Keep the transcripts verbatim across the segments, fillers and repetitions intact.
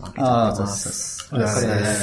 ああ、そうです。お疲れ様です。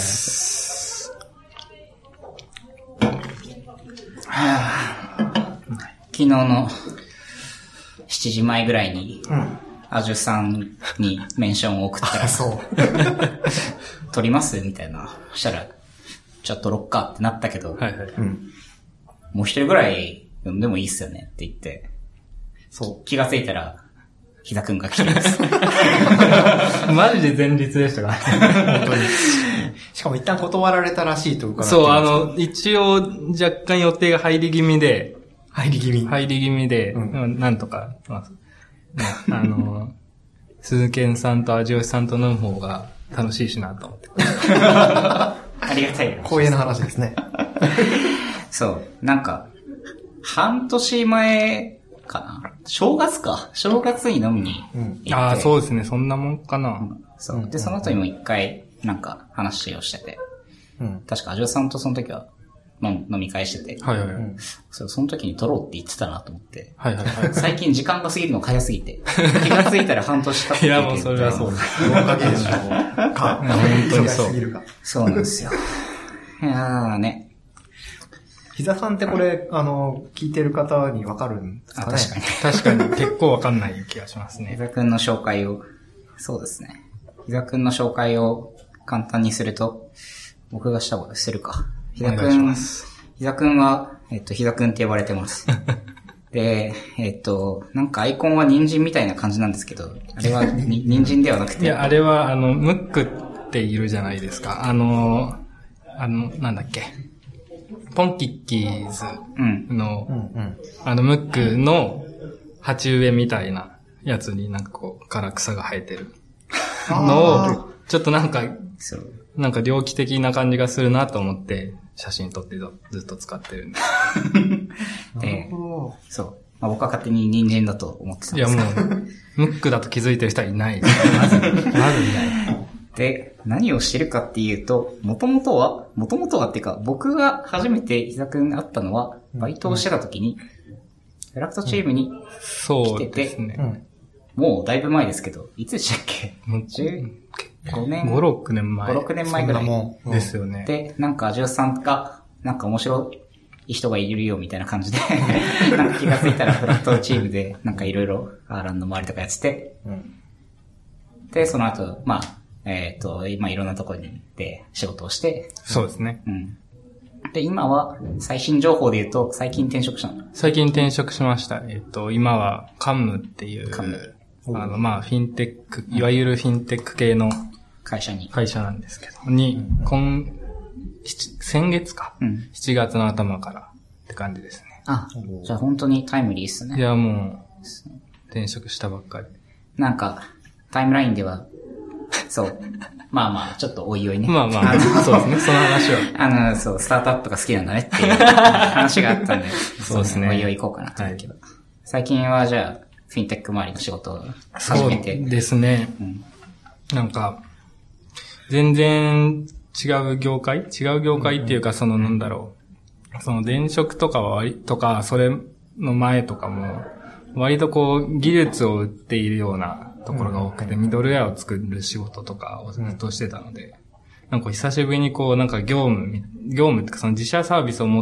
昨日のしちじまえぐらいに、うん、アジュさんにメンションを送ったら、そう。撮りますみたいな。そしたら、じゃあ撮ろっかってなったけど、はいはいうん、もう一人ぐらい呼んでもいいっすよねって言って、そう気がついたら、ひざくんが来てます。 マジで前日でしたからね。本当に。 しかも一旦断られたらしいと伺ってます。 そう、あの、一応若干予定が入り気味で、 入り気味入り気味で、うん、なんとか、まあ、あの、鈴賢さんと味吉さんと飲む方が楽しいしなと思って。 ありがたい。 光栄な話ですね。 そう、なんか、半年前かな正月か正月に飲みに行って、うん、 ああ、そうですね。そんなもんかな。うん、 そう。で、その後にも一回、なんか話をしてて、うん、確か、アジョさんとその時は飲み会してて、はいはいはい。そう、その時に撮ろうって言ってたなと思って、はいはいはい。最近時間が過ぎるの早すぎて、気がついたら半年経ってて。 いや、もうそれはそうです。よんかげつか。本当にそう。 そうなんですよ。いやーね。 ひざさんってこれ、あの、聞いてる方にわかるんですかね。 あ、確かに。 確かに結構わかんない気がしますね。 ひざくんの紹介を、そうですね。ひざくんの紹介を簡単にすると、僕がしたことするか。ひざくん、ひざくんは、えっと、ひざくんって呼ばれてます。で、えっと、なんかアイコンは人参みたいな感じなんですけど、あれはに人参ではなくて。 いや、あれは、あの、ムックっているじゃないですか。あの、あの、なんだっけ。ポンキッキーズの、うんうんうん、あの、ムックの鉢植えみたいなやつになんかこう、から草が生えてるのを、ちょっとなんか、なんか猟奇的な感じがするなと思って、写真撮ってずっと使ってるんです。 で、そう。まあ、僕は勝手に人参だと思ってたんですけど。 いやもう、ムックだと気づいてる人はいないですね。まず、まずいない。 で、何をしてるかっていうと、もともとは、もともとはっていうか、僕が初めてひざくんに会ったのは、バイトをしてた時に、フラクトチームに来てて、うんね、もうだいぶ前ですけど、いつでしたっけ ?じゅうごねんご、ろくねんまえ。 ご、ろくねんまえぐらい。 ですよね。 で、なんか、アジオさんが、なんか面白い人がいるよ、みたいな感じで、なんか気がついたらフラクトチームで、なんかいろいろ、アーランの周りとかやってて、うん、で、その後、まあ、えっと、今いろんなところに行って仕事をして。 そうですね。 うん。で、今は最新情報で言うと、最近転職したの？ 最近転職しました。えっと、今はカムっていう、カム。あの、まあ、フィンテック、いわゆるフィンテック系の会社に。 会社なんですけど、に、今、先月か。うん。しちがつの頭からって感じですね。 あ、じゃあ本当にタイムリーっすね。 いや、もう、転職したばっかり。 なんか、タイムラインでは、そう。まあまあ、ちょっとおいおいね。 まあまあ、そうですね、その話は。 あの、そう、スタートアップが好きなんだねっていう話があったんで、 そうですね。 おいおい行こうかなと思うけど。はい、最近はじゃあ、フィンテック周りの仕事を始めて。 そうですね。うん、なんか、全然違う業界違う業界っていうか、そのなんだろう。その電飾とかは割とか、それの前とかも、割とこう、技術を売っているような、ところが多くて、ミドルウェアを作る仕事とかをずっとしてたので、なんか久しぶりにこう、なんか業務、業務っていうかその自社サービスを持って、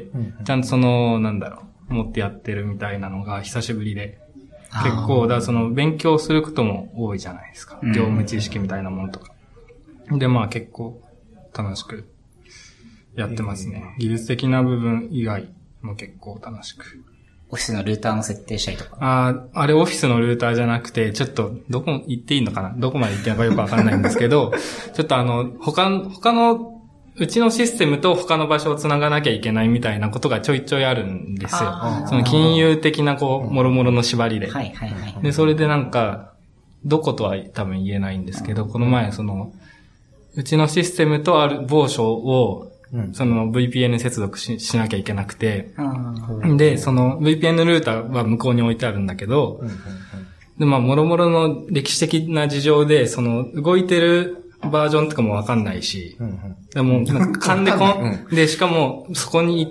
ちゃんとその、なんだろう、持ってやってるみたいなのが久しぶりで、結構、だからその勉強することも多いじゃないですか。業務知識みたいなものとか。で、まあ結構楽しくやってますね。技術的な部分以外も結構楽しく。 オフィスのルーターの設定したりとか。 ああ、あれオフィスのルーターじゃなくて、ちょっと、どこ行っていいのかなどこまで行っていいのかよくわかんないんですけど、ちょっとあの、他、他の、うちのシステムと他の場所を繋がなきゃいけないみたいなことがちょいちょいあるんですよ。その金融的なこう、もろもろの縛りで。はいはいはい。で、それでなんか、どことは多分言えないんですけど、この前その、うちのシステムとある某所を、その ブイピーエヌ 接続 し, しなきゃいけなくて、で、その ブイピーエヌ ルーターは向こうに置いてあるんだけど、で、まあ、もろもろの歴史的な事情で、その動いてるバージョンとかもわかんないし、でも、なんか勘でこん、で、しかもそこに行って、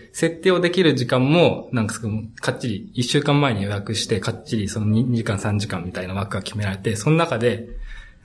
設定をできる時間も、なんかかっちり、いっしゅうかんまえに予約して、かっちりそのにじかんさんじかんみたいな枠が決められて、その中で、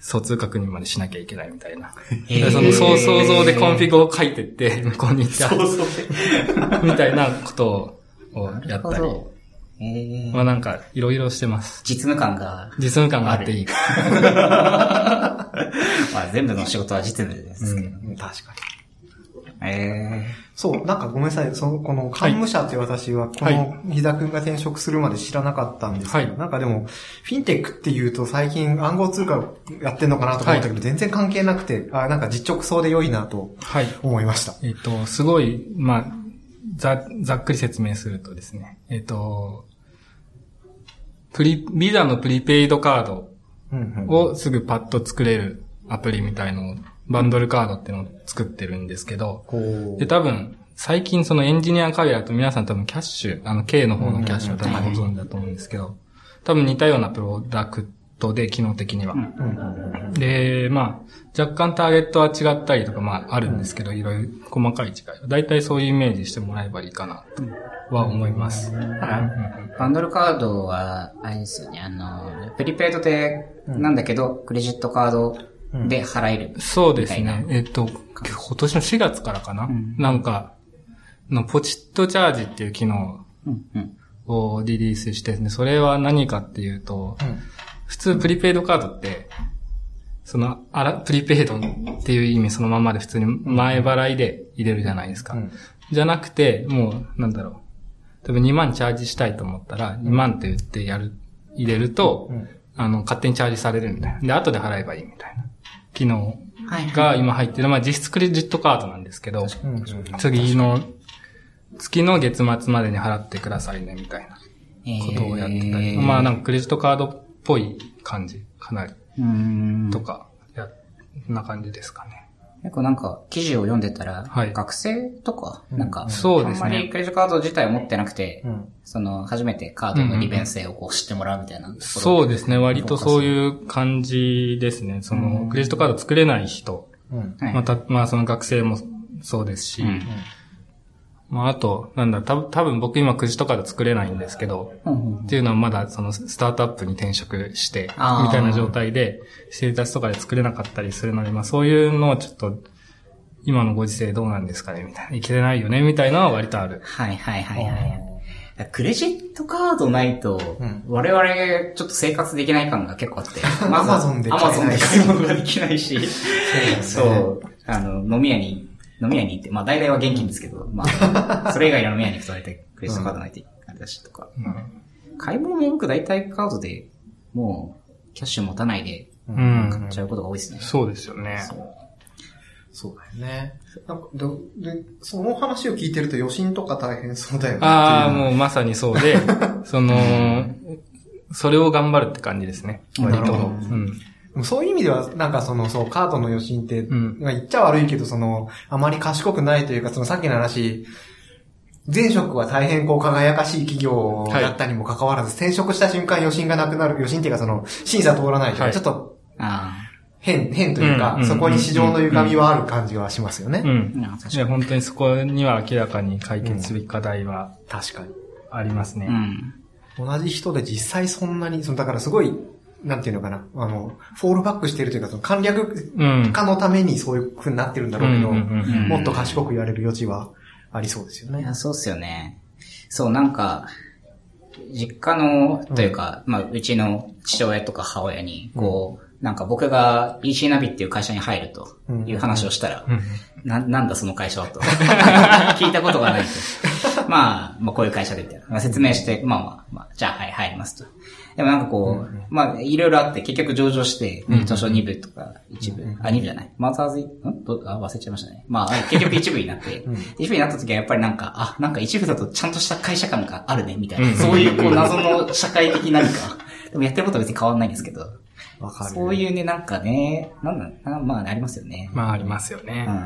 疎通確認までしなきゃいけないみたいな。その想像でコンフィグを書いてって、向こうに行っちゃう。みたいなことをやったり。えー、まあなんか、いろいろしてます。 実務感が。 実務感があっていい。 まあ全部の仕事は実務ですけど、 うん、確かに。えー、 そう、なんかごめんなさい、その、この、幹務者って私は、この、ひざくんが転職するまで知らなかったんですけど、はい、なんかでも、フィンテックって言うと最近暗号通貨やってんのかなと思ったけど、はい、全然関係なくて、あ、なんか実直そうで良いなと思いました。 はい、えっと、すごい、まあ、ざ、ざっくり説明するとですね、えっと、プリ、ビザのプリペイドカードをすぐパッと作れるアプリみたいのを、バンドルカードっていうのを作ってるんですけど、で、多分、最近そのエンジニア界だと皆さん多分キャッシュ、あの K の方のキャッシュを多分ご存知だと思うんですけど、多分似たようなプロダクトで、機能的には。で、まあ、若干ターゲットは違ったりとか、まあ、あるんですけど、いろいろ細かい違い。だいたいそういうイメージしてもらえばいいかな、とは思います。 バンドルカードは、あれですよね、あの、プリペイドで、なんだけど、クレジットカード、で払える、うん。 そうですね。えっと、今年のしがつからかな、うん、なんか、のポチッとチャージっていう機能をリリースしてですね、それは何かっていうと、うん、普通プリペイドカードって、その、あら、プリペイドっていう意味そのままで普通に前払いで入れるじゃないですか。うん、じゃなくて、もう、なんだろう。多分にまんチャージしたいと思ったら、にまんって言ってやる、入れると、うん、あの、勝手にチャージされるみたいな。で、後で払えばいいみたいな。機能が今入ってる。まあ実質クレジットカードなんですけど、次の、月の月末までに払ってくださいね、みたいなことをやってたり。まあなんかクレジットカードっぽい感じ、かなり。とか、や、こんな感じですかね。 結構なんか記事を読んでたら、はい、学生とか、なんか、 そうですね。 あんまりクレジットカード自体を持ってなくて、うん、その、初めてカードの利便性をこう知ってもらうみたいな、うん。 そうですね。割とそういう感じですね。その、クレジットカード作れない人、うん、また、まあその学生もそうですし、うん、まああと、なんだ、た多分僕今クレジットカード作れないんですけど、うん、っていうのはまだそのスタートアップに転職して、みたいな状態で、生活とかで作れなかったりするので、まあそういうのをちょっと、今のご時世どうなんですかねみたいな。いけないよねみたいなのは割とある。 はいはいはいはい。クレジットカードないと、我々ちょっと生活できない感が結構あって。 アマゾンで買い物ができないし。そう。あの、飲み屋に、飲み屋に行って、まあ大体は現金ですけど、まあ、それ以外の飲み屋に行くと大体クレジットカードないとあれだしとか。うん、買い物も僕大体カードでもう、キャッシュ持たないで、買っちゃうことが多いですね。 うん、そうですよね。 そうだよね。なんかで、で、その話を聞いてると余震とか大変そうだよね。 ああ、もうまさにそうで、その、それを頑張るって感じですね。割と。 うん、そういう意味では、なんかその、そう、カードの余震って、うん、言っちゃ悪いけど、その、あまり賢くないというか、そのさっきの話、前職は大変こう輝かしい企業だったにもかかわらず、はい、転職した瞬間余震がなくなる、余震っていうかその、審査通らないと、はい、ちょっと、あ変、変というか、うん、そこに市場の歪みはある感じはしますよね。 うん。うん、いや、本当にそこには明らかに解決すべき課題は、 確かに。 ありますね。 うん。同じ人で実際そんなに、その、だからすごい、なんていうのかな、あの、フォールバックしているというか、その簡略化のためにそういう風になってるんだろうけど、もっと賢くやれる余地はありそうですよね。 いや、そうですよね。そう、なんか、実家の、というか、うん、まあ、うちの父親とか母親に、こう、うんなんか僕が イーシー ナビっていう会社に入るという話をしたら、うんうん、な、なんだその会社はと。聞いたことがないと。まあ、まあこういう会社でみたいな。まあ、説明して、まあまあ、まあ、じゃあはい、入りますと。でもなんかこう、うんうん、まあいろいろあって結局上場して、図書に部とかいち部、うんうん、あ、に部じゃない。マザーズ、んどあ、忘れちゃいましたね。まあ結局いち部になって、うん、いち部になった時はやっぱりなんか、あ、なんかいち部だとちゃんとした会社感があるね、みたいな。うん、そういうこう謎の社会的なんか、でもやってることは別に変わんないんですけど。わかる。そういうね、なんかね、なんだ、まあ、ありますよね。 まあ、ありますよね。うん。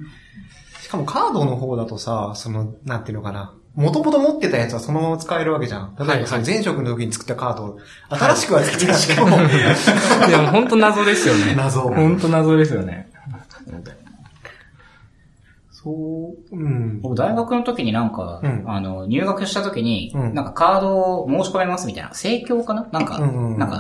しかもカードの方だとさ、その、なんていうのかな。もともと持ってたやつはそのまま使えるわけじゃん。例えばその前職の時に作ったカード、新しくは作ってないしかも。 いや、ほんと謎ですよね。 謎。 ほんと謎ですよね。 そう、うん。 僕大学の時になんか、うん、あの、入学した時に、うん、なんかカードを申し込めますみたいな、生協かななんか、うんうんうん、なんか、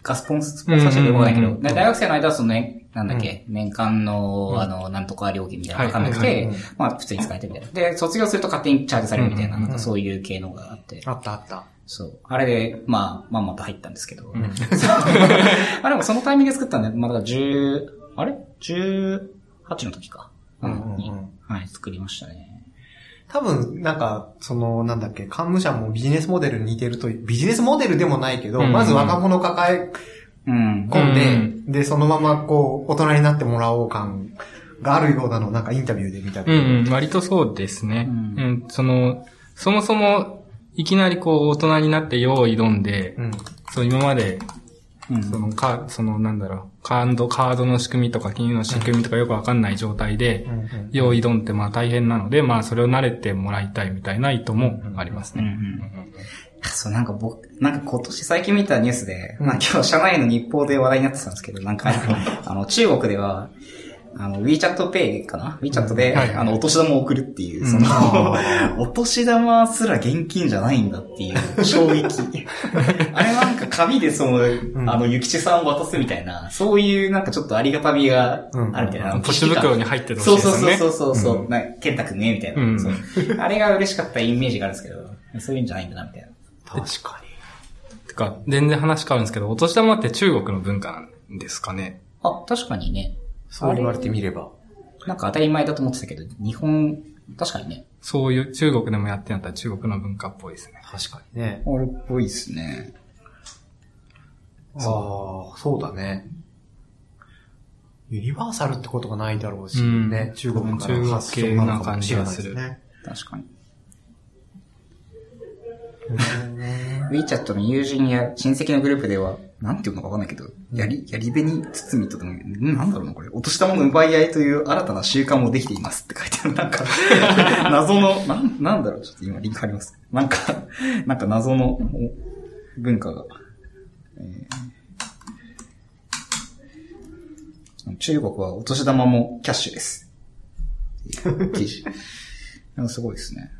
ガスポンスポンサーシップわかんないけど、 うんうんうん、 大学生の間はそのね、なんだっけ、うん、年間の、うん、あの、なんとか料金みたいなのわかんなくて、はいはいはい、まあ普通に使えてみたいな。で、卒業すると勝手にチャージされるみたいな、うんうんうん、なんかそういう系のがあって。 あったあった。 そう。あれで、まあ、まんまと入ったんですけど。うん、あ、でもそのタイミングで作ったんで、まあだからじゅう、あれ ?じゅうはち の時か。うんうんうん、はい、作りましたね。 多分、なんか、その、なんだっけ、カンム社もビジネスモデルに似てるという、ビジネスモデルでもないけど、うんうん、まず若者抱え込んで、うんうん、で、そのままこう、大人になってもらおう感があるようなのをなんかインタビューで見たけど。 うんうん、割とそうですね。うん、うん、その、そもそも、いきなりこう、大人になって用意挑んで、うん、そう、今まで、うん、その、か、その、なんだろう、カード、カードの仕組みとか金融の仕組みとかよくわかんない状態で、用意挑んでまあ大変なので、まあそれを慣れてもらいたいみたいな意図もありますね。うんうんうん、 そう、なんか僕、なんか今年最近見たニュースで、まあ今日社内の日報で話題になってたんですけど、なんか、あの、中国では、あの、WeChat Pay かな ?WeChat で、うんはいはい、あの、お年玉を送るっていう、その、うん、お年玉すら現金じゃないんだっていう衝撃。あれなんか紙でその、うん、あの、ゆきちさんを渡すみたいな、そういうなんかちょっとありがたみがあるみたいな。 うん、ポッシュ袋に入ってるほしいですね。 そうそうそうそう、うん、なんか、ケンタくんね、みたいな、うんそう。あれが嬉しかったイメージがあるんですけど、そういうんじゃないんだな、みたいな。 確かに。てか、全然話変わるんですけど、お年玉って中国の文化なんですかね。 あ、確かにね。 そう言われてみれば。 なんか当たり前だと思ってたけど、日本、確かにね。 そういう中国でもやってんだったら中国の文化っぽいですね。 確かにね。 あれっぽいですね。 ああ、そうだね。ユニバーサルってことがないだろうし、うん、ね。中国からの発想な感じがするね。 確かに。WeChat の友人や親戚のグループでは、なんていうのかわかんないけど、やり、やりべに包みとでも、んなんだろうな、これ。お年玉の奪い合いという新たな習慣もできていますって書いてある。なんか、謎の、なん、なんだろう、ちょっと今リンク貼ります。なんか、なんか謎の文化が。えー、中国はお年玉もキャッシュです。記事。すごいですね。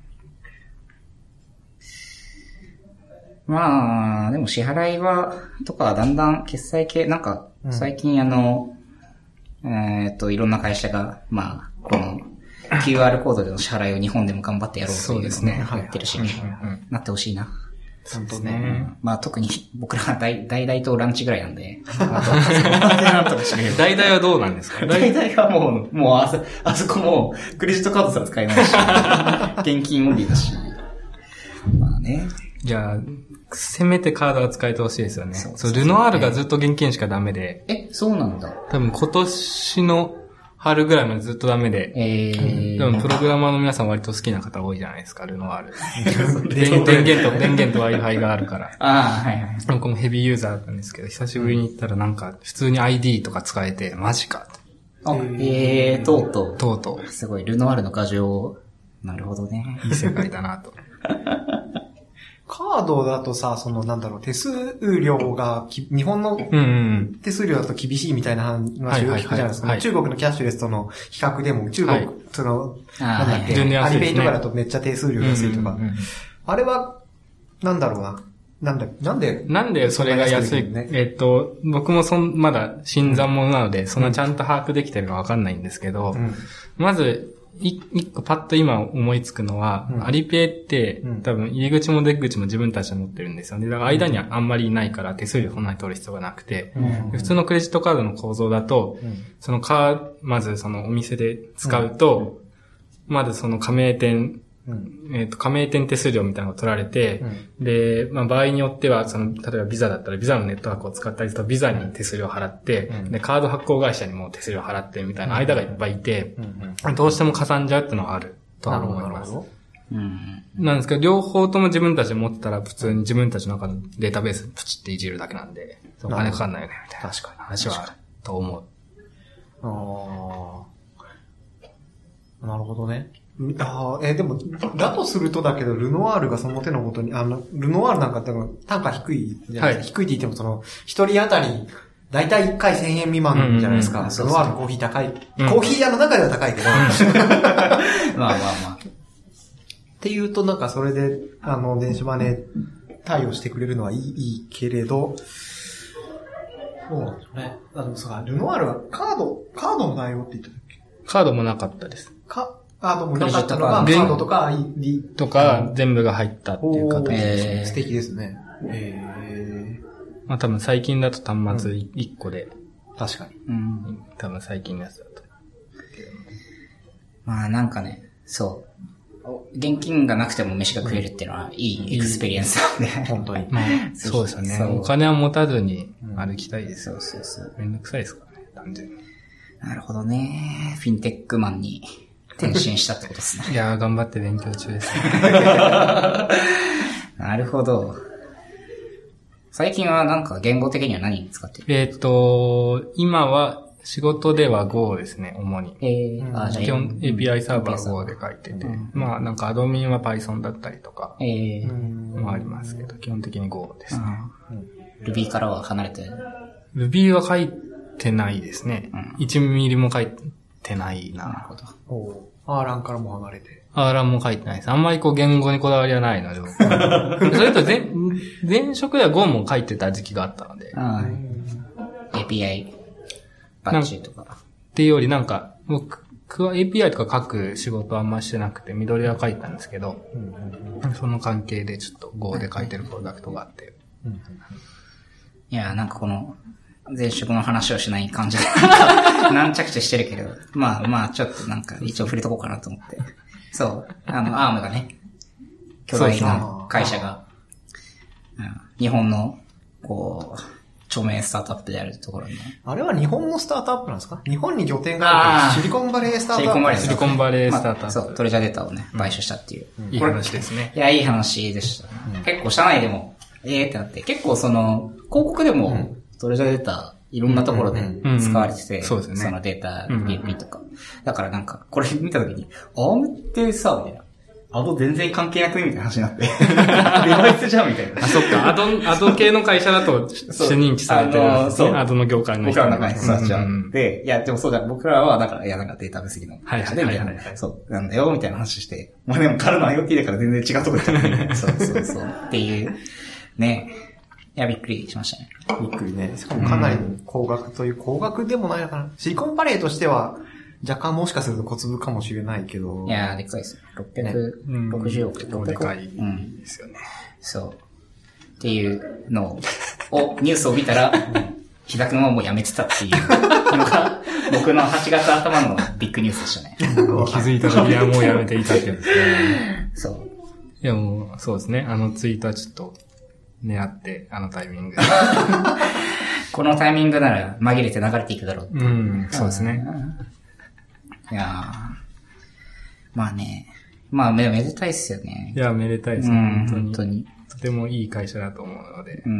まあ、でも支払いは、とか、だんだん決済系、なんか、最近あの、うん、えっと、いろんな会社が、まあ、この、キューアール コードでの支払いを日本でも頑張ってやろうというのをやってるし、なってほしいな。 本当ね。 まあ、特に僕らは大、大々とランチぐらいなんで。 大々はどうなんですか？ 大々はもう、もうあそ、あそこも、クレジットカードすら使えないし、現金オンリーだし。まあね。 いや、せめてカードは使えてほしいですよね。そう、そう、ルノアールがずっと現金しかダメで。 え、そうなんだ。 多分今年の春ぐらいまでずっとダメで。えー。でもプログラマーの皆さん割と好きな方多いじゃないですか、ルノアール。電, 電源と、電源と Wi-Fi があるから。 ああ、はいはい。 僕もヘビーユーザーだったんですけど、久しぶりに行ったらなんか普通に アイディー とか使えて、マジか。 あ、えー、とうとう。 とうとう。 すごい、ルノアールの画像。なるほどね。 いい世界だなと。 カードだとさ、そのなんだろう、手数料がき、日本の手数料だと厳しいみたいな話を聞くじゃないですか。中国のキャッシュレスとの比較でも、中国、はい、その、なんだっけ、ね、アリペイとかだとめっちゃ手数料安いとか。うんうんうん、あれは、なんだろうな。なんだ、なんでなんでそれが安い、ね、えっと、僕もそん、まだ新参者なので、うん、そんなちゃんと把握できてるかわかんないんですけど、うん、まず、一個パッと今思いつくのは、うん、アリペイって、うん、多分入り口も出口も自分たちで持ってるんですよね。だから間にあんまりいないから手数料そんなに取る必要がなくて、うん、普通のクレジットカードの構造だと、うん、そのカー、まずそのお店で使うと、うん、まずその加盟店、うん、えっと、加盟店手数料みたいなのが取られて、うん、で、まあ場合によっては、その、例えばビザだったらビザのネットワークを使ったりするとビザに手数料払って、うん、で、カード発行会社にも手数料払ってみたいな間がいっぱいいて、うんうん、どうしてもかさんじゃうっていうのはあるとは思います。うん、なんですけど、両方とも自分たちで持ってたら普通に自分たちの中のデータベースプチっていじるだけなんで、お金かかんないよね、みたいな。確かに。話はあると思う。 ああ。なるほどね。ああ、えー、でも、だとするとだけど、ルノワールがその手のことに、あの、ルノワールなんかって単価低いじゃないですか。はい、低いって言ってもその、一人当たり、だいたいいっかいせんえん未満じゃないですか。うんうんうん、ルノワールのコーヒー高い。うん、コーヒー屋の中では高いけど。まあまあまあ。っていうとなんかそれで、あの、電子マネー対応してくれるのはいい、いいけれど、 そうなんですよね。あのさ、ルノワールはカード、カードも対応って言ってたっけ？ カードもなかったです。 カカードもなかったのが、カードとか アイディーとか全部が入ったっていう形ですね。 素敵ですね。へー。まあ多分最近だと端末いっこで、 うん。確かに。 うん。多分最近のやつだと。 まあなんかね、そう。現金がなくても飯が食えるっていうのは、いいエクスペリエンスなんで。 本当に。 まあ、そうですよね。お金は持たずに歩きたいですよ。そうそうそう。めんどくさいですからね、単純に。 なるほどね。フィンテックマンに転身したってことですね。 いやー、頑張って勉強中です、ね。 なるほど。最近はなんか言語的には何に使ってる？ えっと、今は、仕事では Go ですね、主に。 えー、あ、じゃあ基本 エーピーアイ サーバー Go で書いてて、うん、まあなんかアドミンは Python だったりとか、えー、もありますけど、基本的に Go ですね。 Ruby からは離れてる？ Ruby は書いてないですね。うん、いちミリも書いてないな。 なるほど。 アーランからも離れて。 アーランも書いてないです。あんまりこう言語にこだわりはないので、僕それと前、前職では Go も書いてた時期があったので。 エーピーアイバッチとか。 っていうよりなんか、僕は エーピーアイ とか書く仕事はあんましてなくて、緑は書いたんですけど、うんうんうん、その関係でちょっと Go で書いてるプロダクトがあって。うんうん、 いや、なんかこの、前職の話をしない感じで、難着地してるけど、まあまあちょっとなんか一応触れとこうかなと思って。そう、あの、アームがね、巨大な会社が、うん、日本の、こう、著名スタートアップであるところに。 あれは日本のスタートアップなんですか？日本に拠点があるシリコンバレースタートアップ。 シリコンバレースタートアップ。 まあ、そう、トレジャーデータをね、買収したっていう。 うん、いい話ですね。 いや、いい話でした。うん、結構社内でも、えーってなって、結構その、広告でも、うん、トレジャーデータ、いろんなところで使われてて、 そうですね。 そのデータ、ピーピー とか。だからなんか、これ見たときに、アームってさ、みたいな。アド全然関係なくみたいな話になって。デバイスじゃんみたいな。 あ、そっか。アド、アド系の会社だと、主認知されてるんですね。アドの業界の人。僕らの中に人たちは。で、いや、でもそうじゃん。僕らは、だから、いや、なんかデータベースの会社で、みたいな。そう、なんだよ、みたいな話して。まあでも、彼の IoT だから全然違うとこ行っちゃって。そうそうそう。っていう、ね。いや、びっくりしましたね。びっくりね。しかもかなり高額という、高額でもないのかな。シリコンバレーとしては、若干もしかすると小粒かもしれないけど。 いやー、でかいですよ。ろっぴゃくろくじゅうおく。 ね、でかいですよね、うん。 そう。っていうのを、ニュースを見たら、日田くんはもう辞めてたっていうのが、僕のはちがつ頭のビッグニュースでしたね。 気づいた時にはもう辞めていたってやつですね。 そう。 いやもう、そうですね。あのツイートはちょっと、狙って、あのタイミングで。 このタイミングなら紛れて流れていくだろうって。 うん、そうですね。 いやー。まあね。まあめ、めでたいっすよね。 いや、めでたいですね。 うん、本当に。 とてもいい会社だと思うので。うん。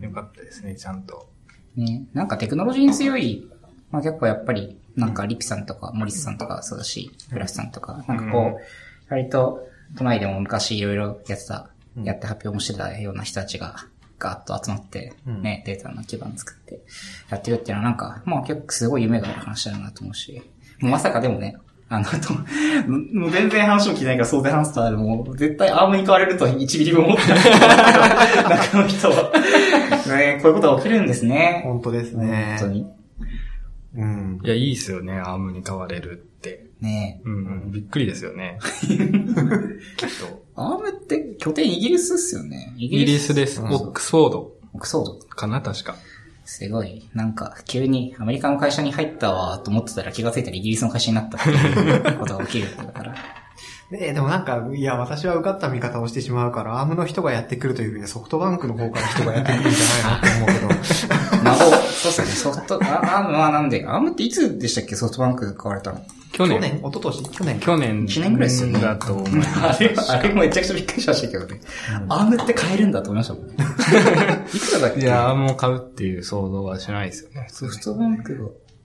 よかったですね、ちゃんと。 ね。なんかテクノロジーに強い、まあ結構やっぱり、なんかリピさんとか、モリスさんとかそうだし、フラッシュさんとか、なんかこう、割と、都内でも昔いろいろやってた、やって発表もしてたような人たちが、ガーッと集まって、ね、データの基盤作って、やってるっていうのはなんか、まあ結構すごい夢がある話だなと思うし、もうまさかでもね、あの、と、もう全然話も聞いないから想定話すとあるもう絶対アームに買われるといちミリも思ってないけど、中の人は。ね、こういうことが起きるんですね。 本当ですね。 本当に。 うん。いや、いいですよね、アームに買われるって。 ねえ。うん、うん、びっくりですよね。きっと。 アームって拠点イギリスっすよね。 イギリスです。オックスフォード。 オックスフォードかな、確か。 すごい。なんか、急にアメリカの会社に入ったわと思ってたら気がついたらイギリスの会社になったっていうことが起きるんだから。 ねえ、でもなんか、いや、私は受かった見方をしてしまうから、アームの人がやってくるというよりソフトバンクの方から人がやってくるんじゃないなって思うけど。 なお、そうっすね。ソフト、あ、アームはなんで、アームっていつでしたっけソフトバンクが買われたの？ 去年。 去年一昨年去年。 去年。 いちねんぐらいですよね。 だと思います。 あれ、あれもめちゃくちゃびっくりしましたけどね。うん、アームって買えるんだと思いましたもん。いくらだっけ？ いや、アームを買うっていう想像はしないですよね。 ソフトバンク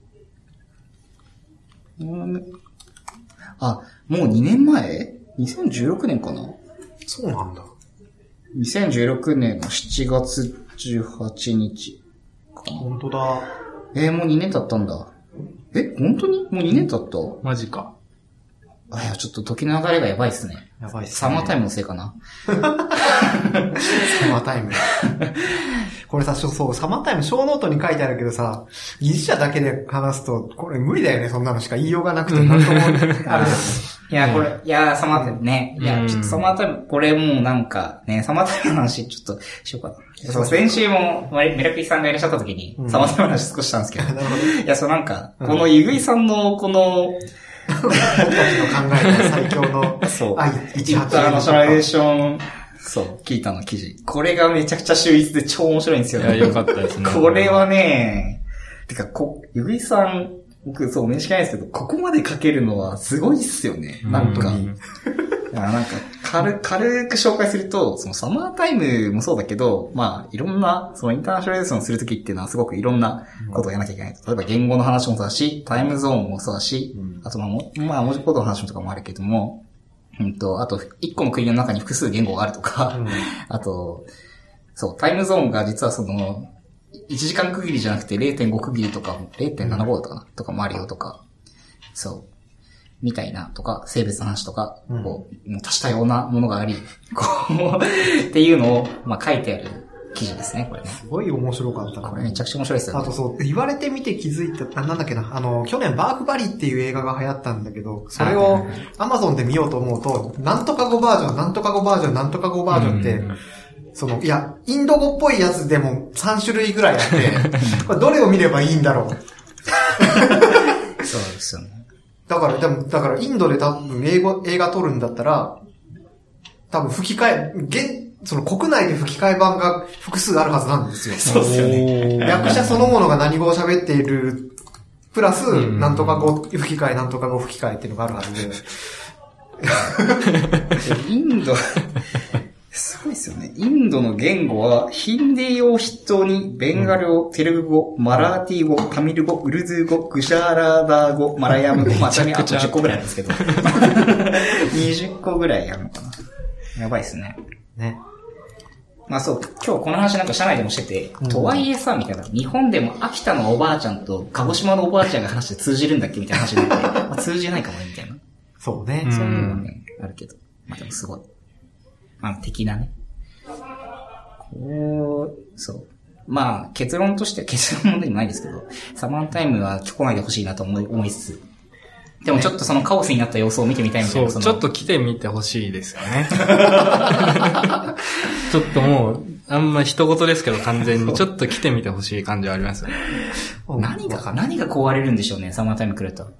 が。あ、もうにねんまえ ?にせんじゅうろくねんかな？ そうなんだ。 にせんじゅうろくねんのしちがつじゅうはちにちかな。 本当だ。 えー、もうにねん経ったんだ。え、本当にもうにねん経った？ マジか。 あ、いや、ちょっと時の流れがやばいっすね。 やばいっすね。 サマータイムのせいかな。 サマータイム。ここれさ、そう、サマータイム小ノートに書いてあるけどさ、技術者だけで話すと、これ無理だよね、そんなのしか言いようがなくて、なんともある。 いや、これ、いや、サマータイムね。いや、ちょっとサマータイム、これもうなんか、ね、サマータイムの話ちょっとしようかな。そう、先週も、メラクリさんがいらっしゃった時に、サマータイムの話少ししたんですけど。いや、そうなんか、このゆぐいさんの、この、 僕たちの考えた最強の、 そう、インターナショナリゼーション、そう、聞いたの記事。これがめちゃくちゃ秀逸で超面白いんですよね。 いや、よかったですね。 これはね、てか、こ、ゆぐいさん、僕、そう、面識ないですけど、ここまで書けるのはすごいっすよね。なんか、なんか軽、軽く紹介すると、そのサマータイムもそうだけど、まあ、いろんな、そのインターナショナリゼーションするときっていうのはすごくいろんなことをやらなきゃいけない。例えば言語の話もそうだし、タイムゾーンもそうだし、あとまあ、もまあ、文字コードの話とかもあるけども、うんと、あと、一個の国の中に複数言語があるとか、うん、あと、そう、タイムゾーンが実はその、いちじかん区切りじゃなくて れいてんご 区切りとか、れいてんななご だったかな、とかもあるよとか、そう。みたいなとか、性別の話とか、うん、こう、もう多種多様なものがあり、こう、っていうのを、まあ書いてある記事ですね、これね。 すごい面白かったな。 これめちゃくちゃ面白いですよね。 あとそう、言われてみて気づいた、なんだっけな、あの、去年バークバリっていう映画が流行ったんだけど、それを Amazon で見ようと思うと、なんとか語バージョン、なんとか語バージョン、なんとか語バージョンって、うん、その、いや、インド語っぽいやつでもさん種類ぐらいあって、これどれを見ればいいんだろう。 そうですよね。 だから、でも、だからインドで多分英語、映画撮るんだったら、多分吹き替え、現、その国内で吹き替え版が複数あるはずなんですよ。 そうですよね。 役者そのものが何語を喋っている、プラス、なんとか語吹き替え、なんとか語吹き替えっていうのがあるはずで。 インド、すごいですよね。インドの言語は、ヒンディーを筆頭に、ベンガル語、テルグ語、マラーティー語、タミル語、ウルズー語、グジャーラーダー語、マラヤム語、まあ、ちなみにあとじゅっこぐらいなんですけど。にじゅっこぐらいあるのかな。やばいですね。 ね。 まあそう、今日この話なんか社内でもしてて、うん、とはいえさ、みたいな、日本でも秋田のおばあちゃんと鹿児島のおばあちゃんが話して通じるんだっけみたいな話になって、まあ、通じないかもね、みたいな。 そうね。 そういうのはね、あるけど。まあでもすごい。まあ的なね。こう、そう。まあ結論としては結論問題ないですけど、サマータイムは来ないでほしいなと思い、思いつつ。でもちょっとそのカオスになった様子を見てみたいみたいな。 そう、ちょっと来てみてほしいですよね。ちょっともう、あんま一言ですけど完全にちょっと来てみてほしい感じはありますよね。 何が、何が壊れるんでしょうね、サマータイム来ると。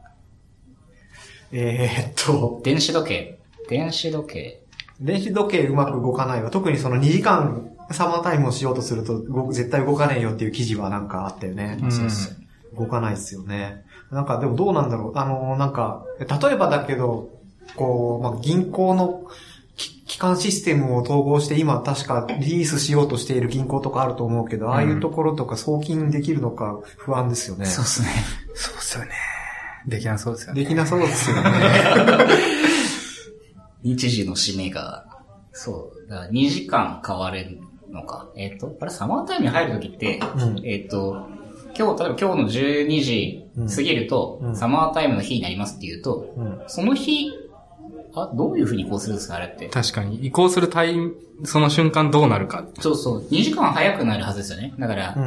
えー、っと。 電子時計。電子時計。 電子時計うまく動かないわ。特にそのにじかんサマータイムをしようとすると絶対動かねえよっていう記事はなんかあったよね。 うん、そうです。 動かないですよね。なんかでもどうなんだろう。あの、なんか、例えばだけど、こう、まあ、銀行の基幹システムを統合して今確かリリースしようとしている銀行とかあると思うけど、うん、ああいうところとか送金できるのか不安ですよね。 そうですね。 そうですよね。できなそうですよね。 できなそうですよね。 日時の締めが、そう、だからにじかん変わるのか。えっと、あれサマータイムに入るときって、うん、えっと、今日、例えば今日のじゅうにじ過ぎると、うん、サマータイムの日になりますって言うと、うん、その日、あ、どういう風に移行するんですかあれって。 確かに。移行するタイム、その瞬間どうなるか。 そうそう。にじかん早くなるはずですよね。だから、うん、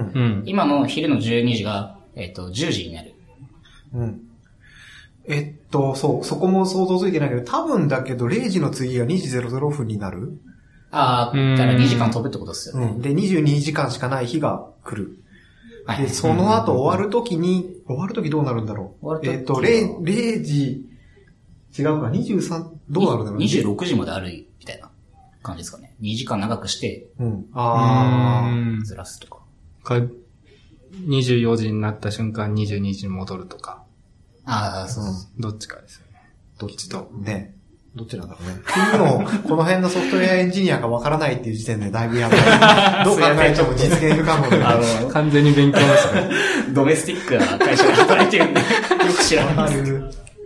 今の昼のじゅうにじが、えっと、じゅうじになる。 うん。えっと、そう、そこも想像ついてないけど、多分だけどれいじの次はにじぜろぜろふんになる？ ああ、だからにじかん飛ぶってことですよね。 うん。で、にじゅうにじかんしかない日が来る。はい。で、その後終わるときに、終わるときどうなるんだろう。えっと、れいじ、違うか、にじゅうさん、どうなるんだろう。 にじゅうろくじまであるみたいな感じですかね。にじかん長くして、 うん。ああ、ずらすとか。 か、にじゅうよじになった瞬間にじゅうにじに戻るとか。 ああ、そう、うん。 どっちかですよね。 どっちと。ね。どっちなんだろうね。っていうのを、この辺のソフトウェアエンジニアがわからないっていう時点でだいぶやばい。どう考えても実現不可能で。 あの、完全に勉強ですね。 ドメスティックな会社で働いてるんで、よく知らないです。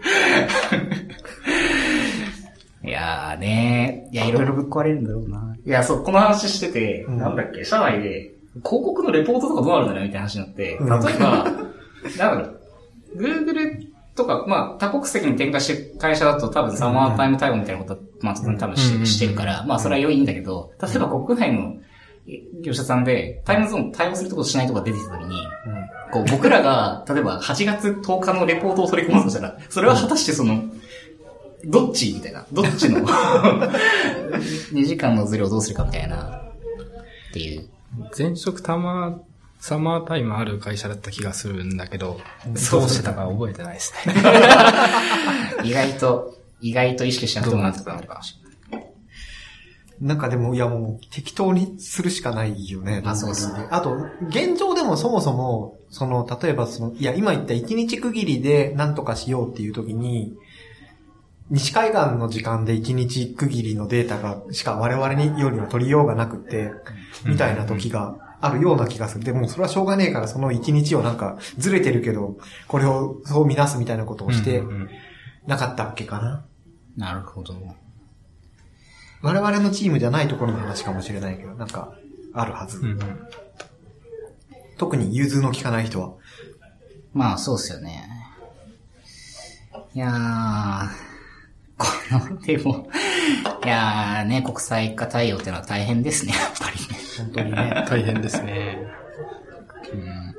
いやーねー。いや、いろいろぶっ壊れるんだろうな。いや、そう、この話してて、うん、なんだっけ、社内で、広告のレポートとかどうなるんだろうみたいな話になって、例えば、うん、なんだろう、Google とか、まあ、多国籍に展開してる会社だと多分サマータイム対応みたいなことは、まあ、多分し、うん、してるから、まあ、それは良いんだけど、例えば国内の業者さんで、タイムゾーン対応するところしないところが出てきたときに、うん、こう僕らが、例えばはちがつとおかのレポートを取り込むとしたら、それは果たしてその、どっちみたいな。どっちのにじかんのズレをどうするかみたいな。っていう。 前職たま、サマータイムある会社だった気がするんだけど、どうしてたか覚えてないですね。 意外と、意外と意識しなくてもなんとかなるかもしれない。 なんかでも、いやもう適当にするしかないよね。 あ、そうですね。 あと、現状でもそもそも、その、例えばその、いや、今言ったいちにち区切りで何とかしようっていう時に、西海岸の時間でいちにち区切りのデータが、しか我々によりは取りようがなくて、みたいな時があるような気がする。でも、それはしょうがねえから、そのいちにちをなんか、ずれてるけど、これをそう見なすみたいなことをして、なかったっけかな。 なるほど。 我々のチームじゃないところの話かもしれないけど、なんか、あるはず。うんうん、特に融通の利かない人は。 まあ、そうですよね。いやー、この、でも、いやーね、国際化対応ってのは大変ですね、やっぱりね。 本当にね。 大変ですね。 うん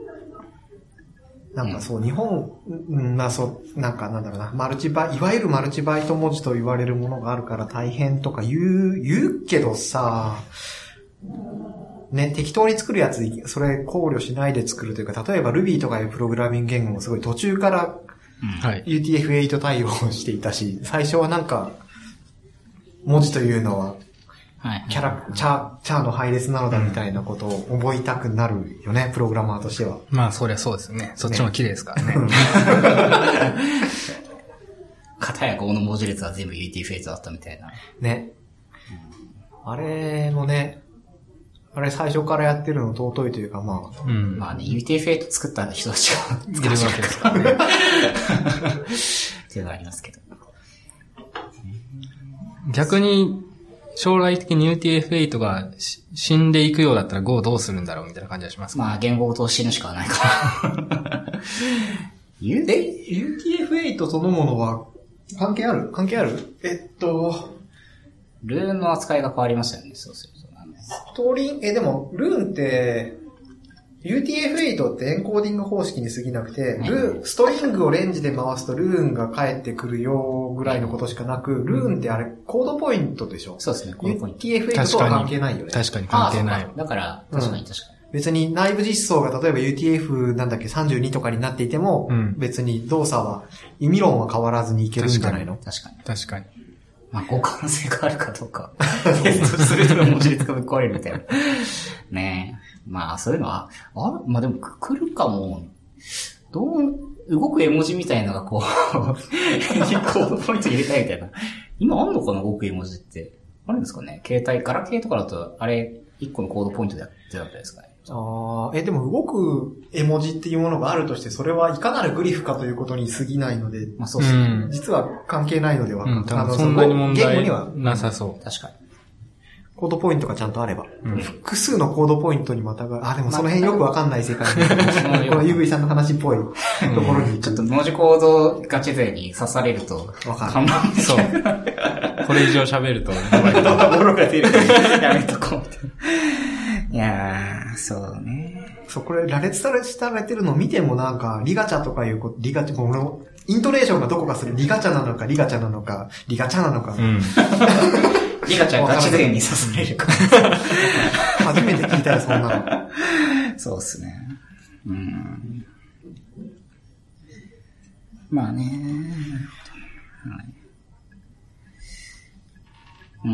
なんかそう、日本、うん、まあそう、なんかなんだろうな、マルチバイ、いわゆるマルチバイト文字と言われるものがあるから大変とか言う、言うけどさ、ね、適当に作るやつ、それ考慮しないで作るというか、例えば Ruby とかいうプログラミング言語もすごい途中から ユーティーエフエイト 対応していたし、最初はなんか、文字というのは、キャラ、チャー、チャーの配列なのだみたいなことを覚えたくなるよね、プログラマーとしては。 まあ、そりゃそうですね。そっちも綺麗ですからね。 片や Go の文字列は全部 ユーティーエフエイト だったみたいな。 ね。うん、あれもね、あれ最初からやってるの尊いというか、まあ。 うん、まあね、ユーティーエフエイト 作った人たちがいるわけですからね。 っていうのがありますけど。 逆に、将来的に ユーティーエフエイト が死んでいくようだったら Go どうするんだろうみたいな感じがしますか、 まあ、言語ごと死ぬしかないから。 え ユーティーエフエイト そのものは関係ある関係あるえっと、 ルーンの扱いが変わりますよね、そうすると。 ストリン、え、でも、ルーンって、ユーティーエフエイト ってエンコーディング方式に過ぎなくて、ルーン、ストリングをレンジで回すとルーンが返ってくるよぐらいのことしかなく、ルーンってあれ、コードポイントでしょ？ そうですね、コードポイント。 ユーティーエフエイト とは関係ないよね。 確かに関係ない。 だから、確かに確かに。 別に内部実装が例えば ユーティーエフ なんだっけさんじゅうにとかになっていても、うん、別に動作は、意味論は変わらずにいけるんじゃないの？ 確かに。 確かに。 まあ、互換性があるかどうか。テストすると文字列がぶっ壊れるみたいな。ねえ。まあ、そういうのは、あまあでも来るかも。どう、動く絵文字みたいなのがこう、コードポイント入れたいみたいな。今あんのかな、動く絵文字って。あるんですかね？携帯、ガラケーとかだと、あれ、一個のコードポイントでやってたんですかね。 ああ、え、でも動く絵文字っていうものがあるとして、それはいかなるグリフかということに過ぎないので、 まあそうですね、うん。 実は関係ないのでは、 うん、多分そんなに問題なさそう。 確かに。 コードポイントがちゃんとあれば。うん、複数のコードポイントにまたが、あ、でもその辺よくわかんない世界に、この ユーブイ さんの話っぽいところに、 うん。ちょっと文字コードガチ勢に刺されると、 わかんない。 そう。これ以上喋ると、 ボロが出るからやめとこうみたいな。いやー、そうね。 そう、これ羅列されてるのを見てもなんか、リガチャとかいう、リガチャ、この、イントネーションがどこかするリガチャなのか、リガチャなのか、リガチャなのか。うん、 リガチャガチ勢に刺されるか。 初めて聞いたよ、そんなの。 そうっすね。うん。まあね。はい。うん、うん。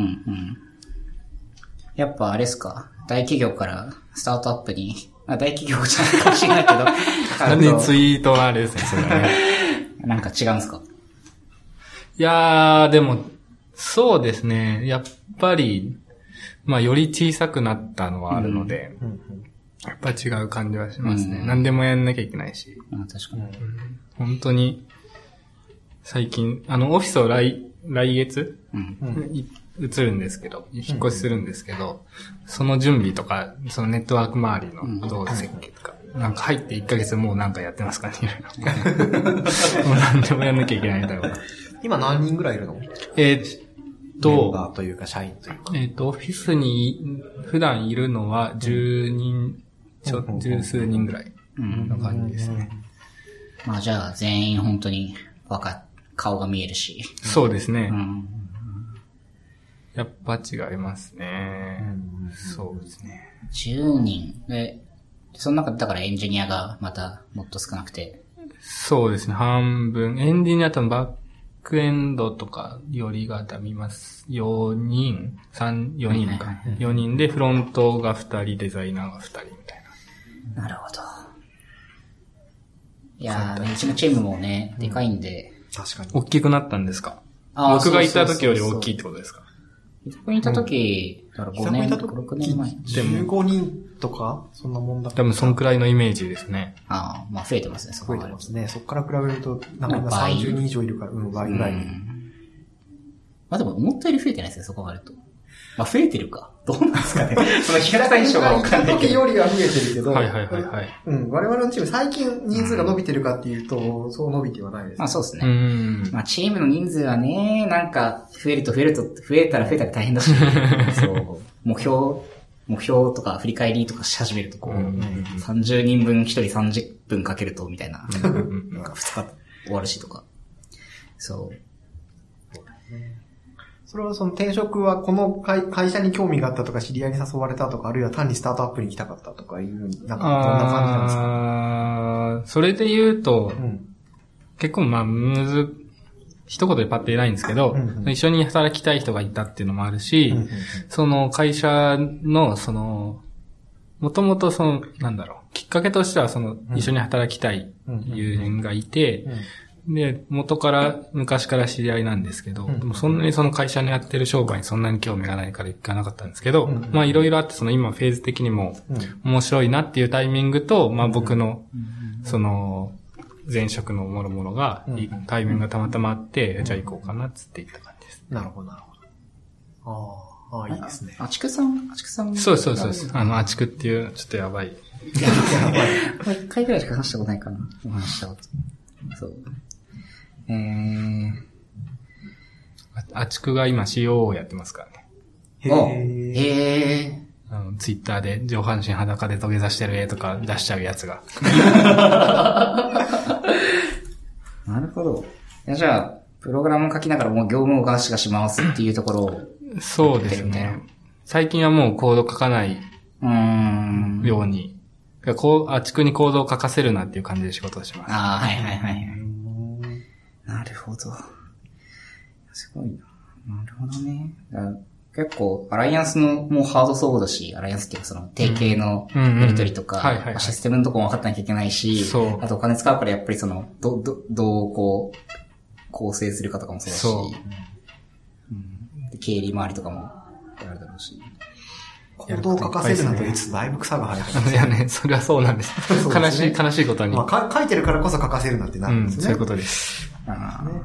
やっぱあれっすか、大企業からスタートアップに、あ、大企業じゃないかもしれないけど。 なんでツイートはあれですね、それはね。 なんか違うんすか？ いやー、でも、そうですね。やっぱり、まあ、より小さくなったのはあるので、うんうんうん、やっぱ違う感じはしますね。うん、何でもやんなきゃいけないし。 あ、確かに、うん。 本当に、最近、あの、オフィスを来、来月、うんうん移るんですけど、引っ越しするんですけど、うん、その準備とか、そのネットワーク周りの動作設計とか、うん、なんか入っていっかげつもうなんかやってますかね、もう何でもやんなきゃいけないんだろうな。 今何人ぐらいいるの？ えー、っメンバーというか社員というか。 えっと、オフィスに普段いるのはじゅうにん、ちょ、十数人ぐらいの感じですね。 まあじゃあ全員本当にわか、顔が見えるし。 そうですね。 うん、 やっぱ違いますね。そうですね。 じゅうにん。で、その中でだからエンジニアがまたもっと少なくて。 そうですね。半分。エンジニアとバックエンドとかよりがだ見ます。よにん、さん、よにんか。よにんでフロントがふたり、デザイナーがふたりみたいな。なるほど。いやー、うちのチームもね、でかいんで。 確かに。 大きくなったんですか？僕がいた時より大きいってことですか？ 僕にいた時、だからごねん、ろくねんまえ。 じゅうごにんとかそんなもんだった。 多分そんくらいのイメージですね。 ああ、まあ増えてますね、 そこ増えてますね。そこから比べると、なんか今さんじゅうにん以上いるから、うん、倍ぐらい。まあでも思ったより増えてないですね、そこがあると。まあ増えてるか。どうなんですかね。その比較対象がわかんないけど。 時よりは増えてるけど。 はいはいはいはい。 うん、我々のチーム最近人数が伸びてるかっていうと、そう伸びてはないです、ね。 まあそうですね。 うん。 まあチームの人数はね、なんか増えると増えると、増えたら増えたら大変だし。そう。目標、目標とか振り返りとかし始めるとこう、うん、さんじゅうにんぶんひとりさんじゅっぷんかけるとみたいな。なんかふつか終わるしとか。そう。 それはその転職はこの会会社に興味があったとか知り合いに誘われたとか、あるいは単にスタートアップに行きたかったとかいう、なんかどんな感じなんですか？ ああ、それで言うと、うん、結構まあむず、一言でパッと言えないんですけど、うんうん、一緒に働きたい人がいたっていうのもあるし、うんうんうん、その会社のその、もともとその、なんだろう、きっかけとしてはその、うん、一緒に働きたい友人がいて、うんうんうんで、元から、昔から知り合いなんですけど、うん、でもそんなにその会社のやってる商売にそんなに興味がないから行かなかったんですけど、うん、まあいろいろあってその今フェーズ的にも面白いなっていうタイミングと、まあ僕の、その、前職のもろもろが、タイミングがたまたまあって、じゃあ行こうかなっつって行った感じです。 なるほど、なるほど。ああ、ああ、いいですね。 あちくさんあちくさんそうそうそうです。あの、あちくっていう、ちょっとやばい。やばい。一回ぐらいしか話したことないかな。お話したこと。そう。えー、 あ、あちくが今 シーオーオー やってますからね。 へー。へー。あの、ツイッターで上半身裸で土下座してる絵とか出しちゃうやつが。 なるほど。じゃあ、プログラムを書きながらもう業務をガシガシ回すっていうところを。 そうですね。最近はもうコード書かないように。うこう、あちくにコードを書かせるなっていう感じで仕事をします。 ああ、はいはいはい。なるほど。すごいな。なるほどね。結構、アライアンスのもうハードそうだし、アライアンスっていうかその提携のやり取りとか、システムのとこも分かってなきゃいけないし、あとお金使うからやっぱりその、ど、ど、どうこう、構成するかとかもそうだし、そううん、経理周りとかもやるだろうし。 コードを書かせるなんていつだいぶ草が生えてる。 いやね、それはそうなんです。ですね、悲しい、悲しいことに。 まあ、書いてるからこそ書かせるなんてなるんですね。うん、 そういうことです。 ああ。ね。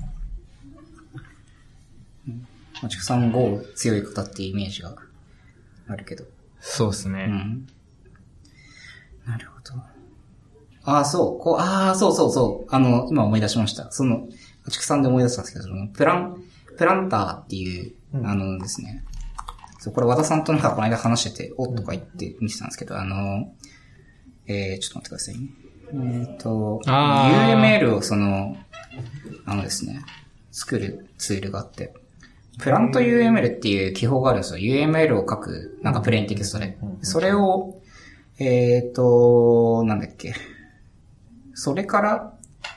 まちくさんGo強い方っていうイメージがあるけど。 そうですね。 うん。なるほど。ああ、そう、こう、ああ、そうそうそう。あの、今思い出しました。その、まちくさんで思い出したんですけど、その、プラン、プランターっていう、うん、あのですね。そう、これ和田さんとなんかこの間話してて、おっとか言って見てたんですけど、あの、えー、ちょっと待ってくださいね。えっと、ユーエムエル をその、あのですね、作るツールがあって、プラント ユーエムエル っていう記法があるんですよ。ユーエムエル を書く、なんかプレーンテキストで。それを、えっと、なんだっけ。それから、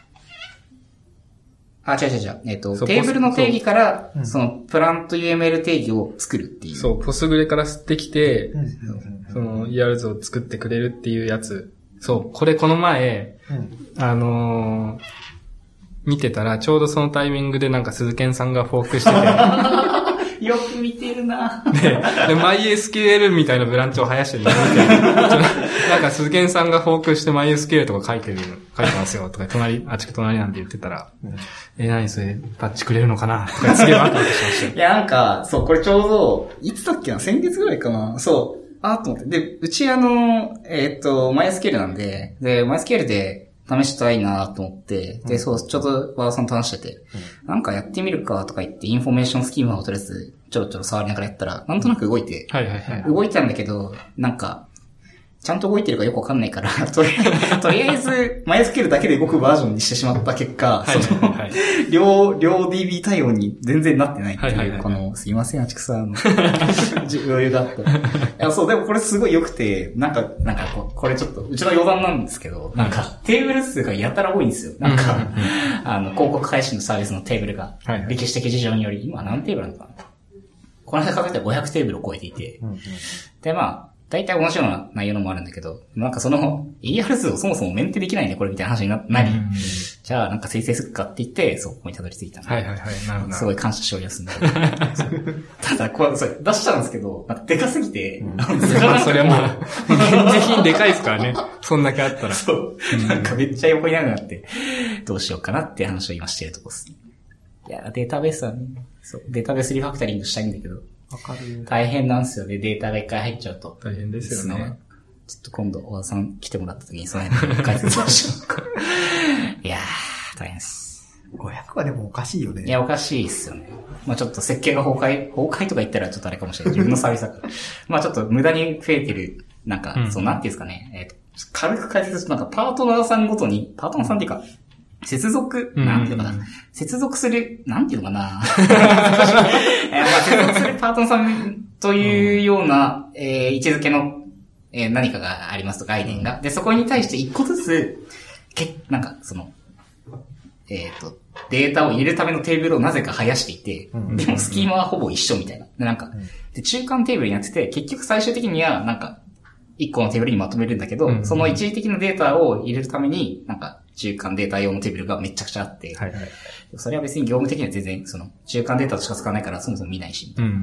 あ、違う違う違う。えっと、テーブルの定義から、その、プラント ユーエムエル 定義を作るっていう。 そう、ポスグレから吸ってきて、その、イーアール 図を作ってくれるっていうやつ。そう、これこの前、あのー、見てたら、ちょうどそのタイミングでなんか鈴賢さんがフォークしてて。よく見てるなで、で、MySQL みたいなブランチを生やしてるの見て、なんか鈴賢さんがフォークして MySQL とか書いてる、書いてますよとか、隣、あちく隣なんて言ってたら、うん、え、何それ、パッチくれるのかなとか、すげえワクワクしました。 いや、なんか、そう、これちょうど、いつだっけな、先月ぐらいかな、そう、あーと思って。で、うちあの、えっと、MySQL なんで、で、MySQL で、 試したいなと思って、で、そう、ちょっと和田さんと話してて、うん、なんかやってみるかとか言って、インフォメーションスキーマをとりあえず、ちょろちょろ触りながらやったら、なんとなく動いて、 はいはいはい。 動いたんだけど、なんか、ちゃんと動いてるかよくわかんないから、とりとりあえず、前付けるだけで動くバージョンにしてしまった結果、はいその、はい、両、両 ディービー 対応に全然なってないっていう、はいはいはい、この、すいません、あちくさんの、余裕があって。いや、そう、でもこれすごい良くて、なんか、なんかこう、これちょっと、うちの余談なんですけど、なんか、テーブル数がやたら多いんですよ。なんか、あの、広告配信のサービスのテーブルが、はいはい、歴史的事情により、今何テーブルなのかなこの間数えたらごひゃくテーブルを超えていて、うんうん、で、まあ、大体同じような内容のもあるんだけど、なんかその イーアール 数をそもそもメンテできないね、これみたいな話になり、うん、じゃあなんか生成するかって言って、そう、ここにたどり着いた。 はいはいはい、なるほど。 すごい感謝しておりますんで。ただ、こう、それ出しちゃうんですけど、なんかでかすぎて、うん、 まあそれはもう、現実品でかいですからね。そんだけあったら。 そう。なんかめっちゃ横になるなって、どうしようかなって話を今してるとこですね。いや、データベースはね、そう、データベースリファクタリングしたいんだけど、 わかる。 大変なんですよね。データが一回入っちゃうと。 大変ですよね。 ちょっと今度、小田さん来てもらった時にその辺の解説をしようか。いやー、大変です。 ごひゃくはでもおかしいよね。 いや、おかしいっすよね。まあちょっと設計が崩壊、崩壊とか言ったらちょっとあれかもしれない。自分のサービスだから。まあちょっと無駄に増えてる、なんか、うん、そう、なんていうんですかね。えっと、軽く解説すると、なんかパートナーさんごとに、パートナーさんっていうか、接続、なんていうのかな、うん、接続する、なんていうのかなえーまあ、接続するパートナーさんというような、うん、えー、位置づけの、えー、何かがありますと、概念が。で、そこに対して一個ずつ、け、なんか、その、えっと、データを入れるためのテーブルをなぜか生やしていて、うん、でもスキーマはほぼ一緒みたいな。で、なんか、で、中間テーブルになってて、結局最終的には、なんか、一個のテーブルにまとめるんだけど、うん、その一時的なデータを入れるために、なんか、中間データ用のテーブルがめちゃくちゃあって、はいはい、それは別に業務的には全然、その、中間データとしか使わないからそもそも見ないし、うんうんうん、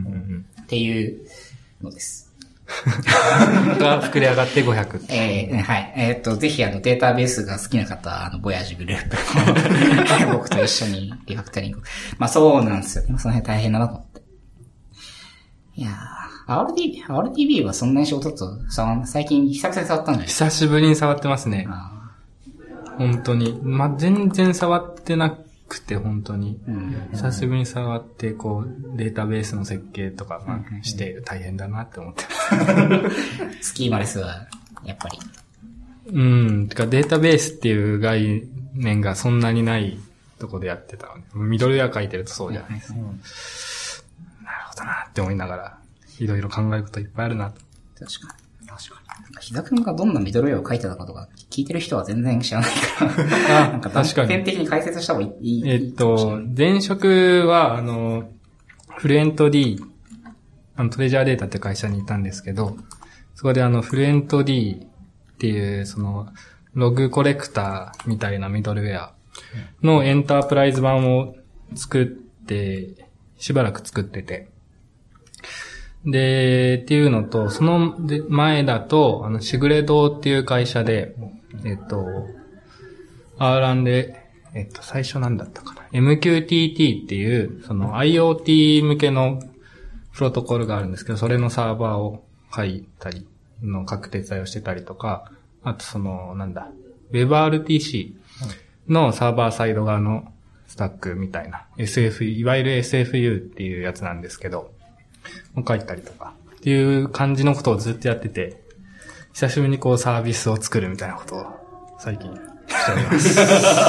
っていうのです。 が膨れ上がってごひゃく。 えー、はい。えー、っと、ぜひあの、データベースが好きな方は、あの、ボヤージュグループ僕と一緒にリファクタリング。まあそうなんですよ。その辺大変だなと思って。いやー。アールディービー、アールディービー はそんなに仕事だと、最近久々に触ったんじゃない久しぶりに触ってますね。本当に。まあ、全然触ってなくて、本当に。うん、久しぶりに触って、こう、データベースの設計とか、まあ、して大変だなって思ってます。 スキーマレスは、やっぱり。 うん。てか、データベースっていう概念がそんなにないとこでやってたので、ミドルウェア書いてるとそうじゃないですか。うん、なるほどなって思いながら。いろいろ考えることいっぱいあるなと。 確かに。確かに。ひざくんがどんなミドルウェアを書いてたかとか、聞いてる人は全然知らないから。あ、なんか確かに。点的に解説した方がいい。 えっと、前職は、あの、フルエント D、あの、トレジャーデータって会社にいたんですけど、そこであの、フルエント D っていう、その、ログコレクターみたいなミドルウェアのエンタープライズ版を作って、しばらく作ってて、で、っていうのと、その前だと、あの、シグレドっていう会社で、えっと、アーランで、えっと、最初なんだったかな。エムキューティーティー っていう、その IoT 向けのプロトコルがあるんですけど、それのサーバーを書いたり、の書く手伝いをしてたりとか、あとその、なんだ、WebRTC のサーバーサイド側のスタックみたいな、エスエフ、いわゆる エスエフユー っていうやつなんですけど、書いたりとかっていう感じのことをずっとやってて、久しぶりにこうサービスを作るみたいなことを最近しております。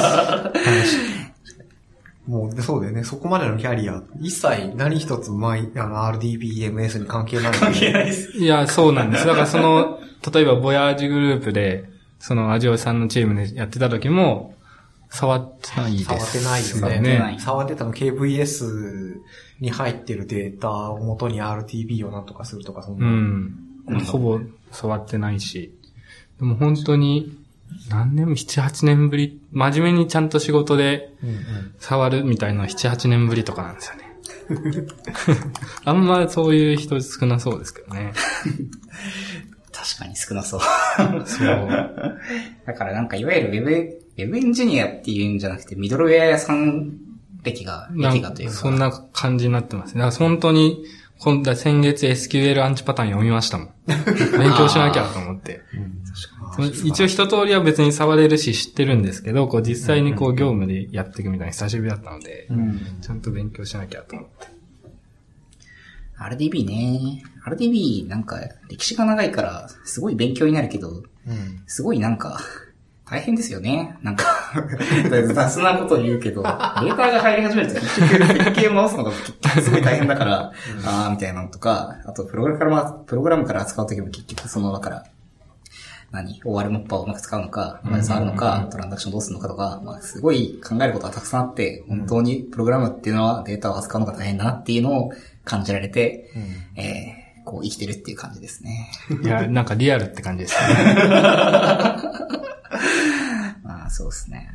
もうそうだよね。そこまでのキャリア、一切何一つ前、あの アールディービーエムエス に関係ない、ね。 関係ないです。 いや、そうなんです。だからその、例えばボヤージュグループで、そのアジオさんのチームでやってた時も、触ってないです。 触ってないですね。触ってない。触ってたの ケーブイエス に入ってるデータを元に アールティービー をなんとかするとか、そんな。 うん。ほぼ触ってないし。でも本当に、何年も、なな、はちねんぶり、真面目にちゃんと仕事で触るみたいなのはなな、はちねんぶりとかなんですよね。あんまそういう人少なそうですけどね。 確かに少なそう。そう。だからなんかいわゆるウェブ、ウェブエンジニアっていうんじゃなくて、ミドルウェア屋さん歴が、歴がというか。 そんな感じになってますね。だから本当に、 今度先月 エスキューエル アンチパターン読みましたもん。勉強しなきゃと思って。一応一通りは別に触れるし知ってるんですけど、こう実際にこう業務でやっていくみたいに久しぶりだったので、うん、ちゃんと勉強しなきゃと思って。 アールディービー ね。アールディービー なんか歴史が長いからすごい勉強になるけど、うん、すごいなんか大変ですよね。なんか雑なことを言うけど、データが入り始めると結局設計を直すのが結局すごい大変だから、うん、あーみたいなのとか、あとプログラムから、プログラムから扱うときも結局そのだから、何 オーアール マッパーをうまく使うのか、うまく触るのか、トランザクションどうするのかとか、まあすごい考えることがたくさんあって、本当にプログラムっていうのはデータを扱うのが大変だなっていうのを感じられて、うん、えー、こう生きてるっていう感じですね。 いや、なんかリアルって感じですね。 まあそうですね。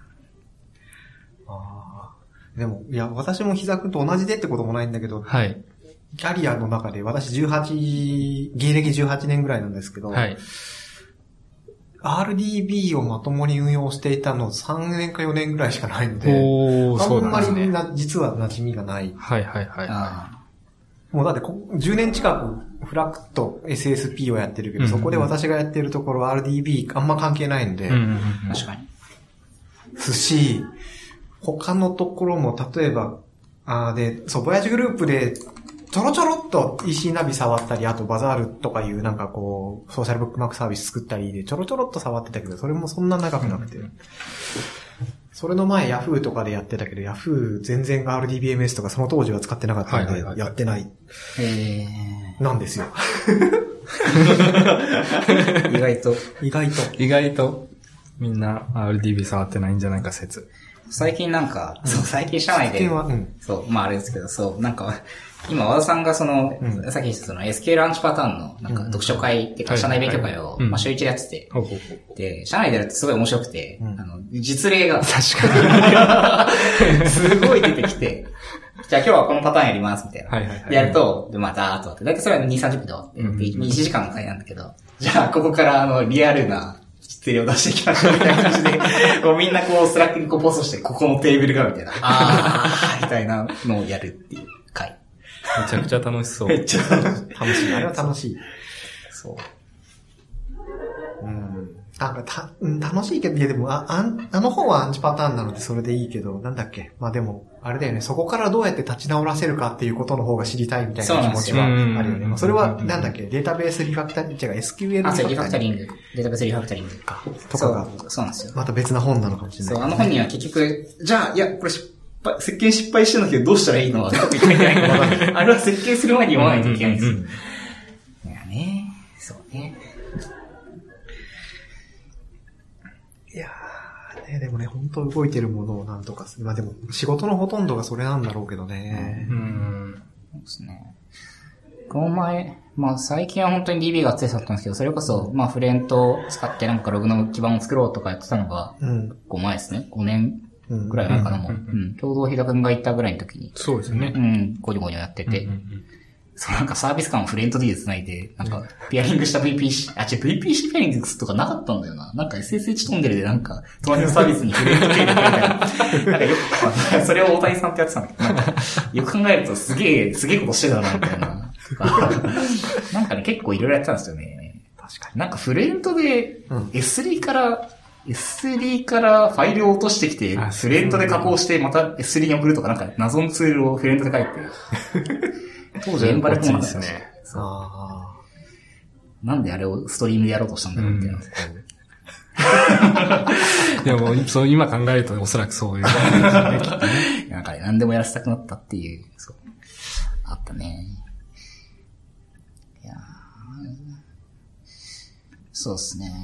ああ。でも、いや、私も膝くんと同じでってこともないんだけど、 はい。 キャリアの中で私じゅうはち、芸歴じゅうはちねんぐらいなんですけど、はい。アールディービー をまともに運用していたのさんねんかよねんぐらいしかないので、おー、そうなんですね。あんまりな、実は馴染みがない。 はいはいはい。 あもうだってこじゅうねん近くフラクト エスエスピー をやってるけど、うんうん、そこで私がやってるところ アールディービー あんま関係ないんで、うんうんうん、 確かに。 すし、他のところも例えば、あで、そう、ボヤージュグループでちょろちょろっと イーシー ナビ触ったり、あとバザールとかいうなんかこう、ソーシャルブックマークサービス作ったりでちょろちょろっと触ってたけど、それもそんな長くなくて。うん、それの前 Yahoo とかでやってたけど、Yahoo 全然 アールディービーエムエス とかその当時は使ってなかったので、やってない。へー。なんですよ。 意外と。 意外と。 意外と、みんな アールディービー 触ってないんじゃないか説。 最近なんか、そう、最近社内で、うん、そう、まああれですけど、そう、なんか、今、和田さんがその、うん、さっき言ったその エスキューエル アンチパターンの、なんか読書会っていうか、社内勉強会を、まあ週一でやってて、で、社内でやるとすごい面白くて、うん、あの、実例が、確かに。すごい出てきて、じゃあ今日はこのパターンやります、みたいな。はいはいはい、やると、で、また、あとあって、だいたいそれはに、さんじゅっぷんで終わって、うん、いちじかんの会なんだけど、じゃあここからあの、リアルな、実例を出していきましょうみたいな感じで、こうみんなこうスラックにこうポストして、ここのテーブルがみたいな、あー、みたいなのをやるっていう回。 めちゃくちゃ楽しそう。 めっちゃ楽しい。楽しい。あれは楽しい。 そう。 うん。なんかた、楽しいけど、いやでも、あ、あん、あの本はアンチパターンなのでそれでいいけど、なんだっけ。まあでも、あれだよね、そこからどうやって立ち直らせるかっていうことの方が知りたいみたいな気持ちはあるよね。まあ、それは、なんだっけ、データベースリファクタリング、違う、エスキューエル リファクタリング。 あ、そう、リファクタリング。データベースリファクタリングか。 とかが。 そう、そうなんですよ。 また別な本なのかもしれない。 そう、あの本には結局、じゃあ、いや、これ失敗、設計失敗してるんだけどどうしたらいいのは特に書いてないから、あれは設計する前に読まないといけないんですよ。いやね、そうね。 いやー、ね、でもね、本当動いてるものをなんとかする。まあでも、仕事のほとんどがそれなんだろうけどね。 うん。そうですね。この前、まあ最近は本当に ディービー が強かったんですけど、それこそ、まあフレントを使ってなんかログの基盤を作ろうとかやってたのが、うん、ご前ですね。ごねんぐらい前かな、もう。うん。ちょうど日田くんがいたぐらいの時に。 そうですね。 うん。ゴニョゴニョやってて。うんうんうん、そうなんかサービス間をフレント D で繋いで、なんか、ピアリングした ブイピーシー、あ、違う、ブイピーシー ピアリングとかなかったんだよな。なんか エスエスエイチ トンネルでなんか、隣のサービスにフレント D でみたいな。なんかよく、それを大谷さんってやってたんだけど、なんか、よく考えるとすげえ、すげえことしてたな、みたいな。なんかね、結構いろいろやってたんですよね。確かに。なんかフレントで エススリー から、エススリー からファイルを落としてきて、フレントで加工してまた エススリー に送るとかなんか謎のツールをフレントで書いて。当時エンバレフォンですね。あなんであれをストリームでやろうとしたんだろうみたいな。でも、そう今考えるとおそらくそういう、ね。 なんか何でもやらせたくなったっていう、そう。あったね。いやそうですね。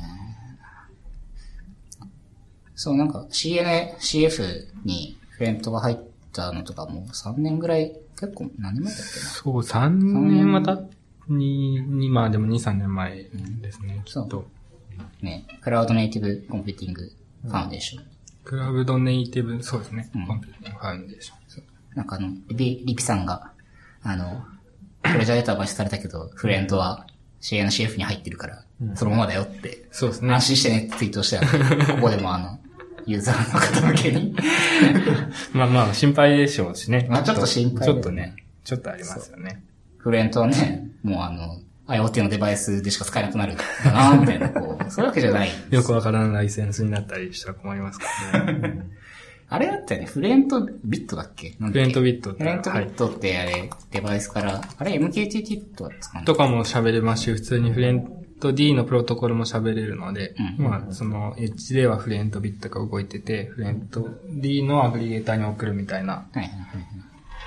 そう、なんか シーエヌエー、シーエフ にフレントが入ったのとかもさんねんぐらい、結構何年前だっけな。 そう、さんねんまたに、に、まあでもに、さんねんまえですね、うん、きっと。 ね、クラウドネイティブコンピューティングファウンデーション。 クラウドネイティブ、そうですね、うん、コンピューティングファウンデーション。 なんかあの、リピ、リピさんが、あの、プレジャーデータは買収されたけど、フレントは シーエヌシーエフ に入ってるから、うん、そのままだよって。 そうですね。 安心してねってツイートしてある。ここでもあの、ユーザーの方向けに。 まあまあ、心配でしょうしね。 まあちょっと心配、 ね。ちょっとね、ちょっとありますよね。 フレントはね、もうあの、IoT のデバイスでしか使えなくなるかな、みたいな、こう、そういうわけじゃない。 よくわからんライセンスになったりしたら困りますからね。 あれだったよね、フレントビットだっけ？ フレントビットって。 フレントビットってあれ、はい、デバイスから、あれ エムケーティーティー とは使うのとかも喋れますし、普通にフレント D のプロトコルも喋れるので、うん、まあ、その、エッジではフレントビットが動いてて、フレント D のアグリゲーターに送るみたいな。はいはいはい、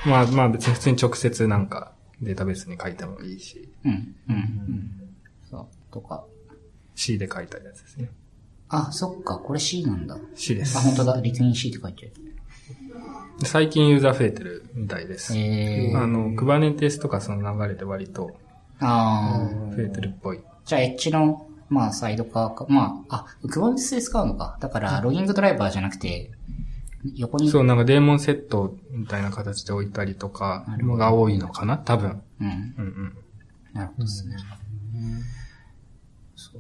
まあ、まあ別に普通に直接なんかデータベースに書いてもいいし。うん、うん、うん。 そう、とか。 C で書いたやつですね。 あ、そっか、これ C なんだ。 C です。 あ、本当だ、リツイン C って書いてある。 最近ユーザー増えてるみたいです。えー、あの、Kubernetes とかその流れで割と、ああ、増えてるっぽい。 じゃあ、エッジの、まあ、サイドカーか、まあ、あ、Kubernetes で使うのか。だから、ロギングドライバーじゃなくて、横に。 そう、なんかデーモンセットみたいな形で置いたりとか、のが多いのかな多分。うん。うんうん。 なるほどですね。うん、そう。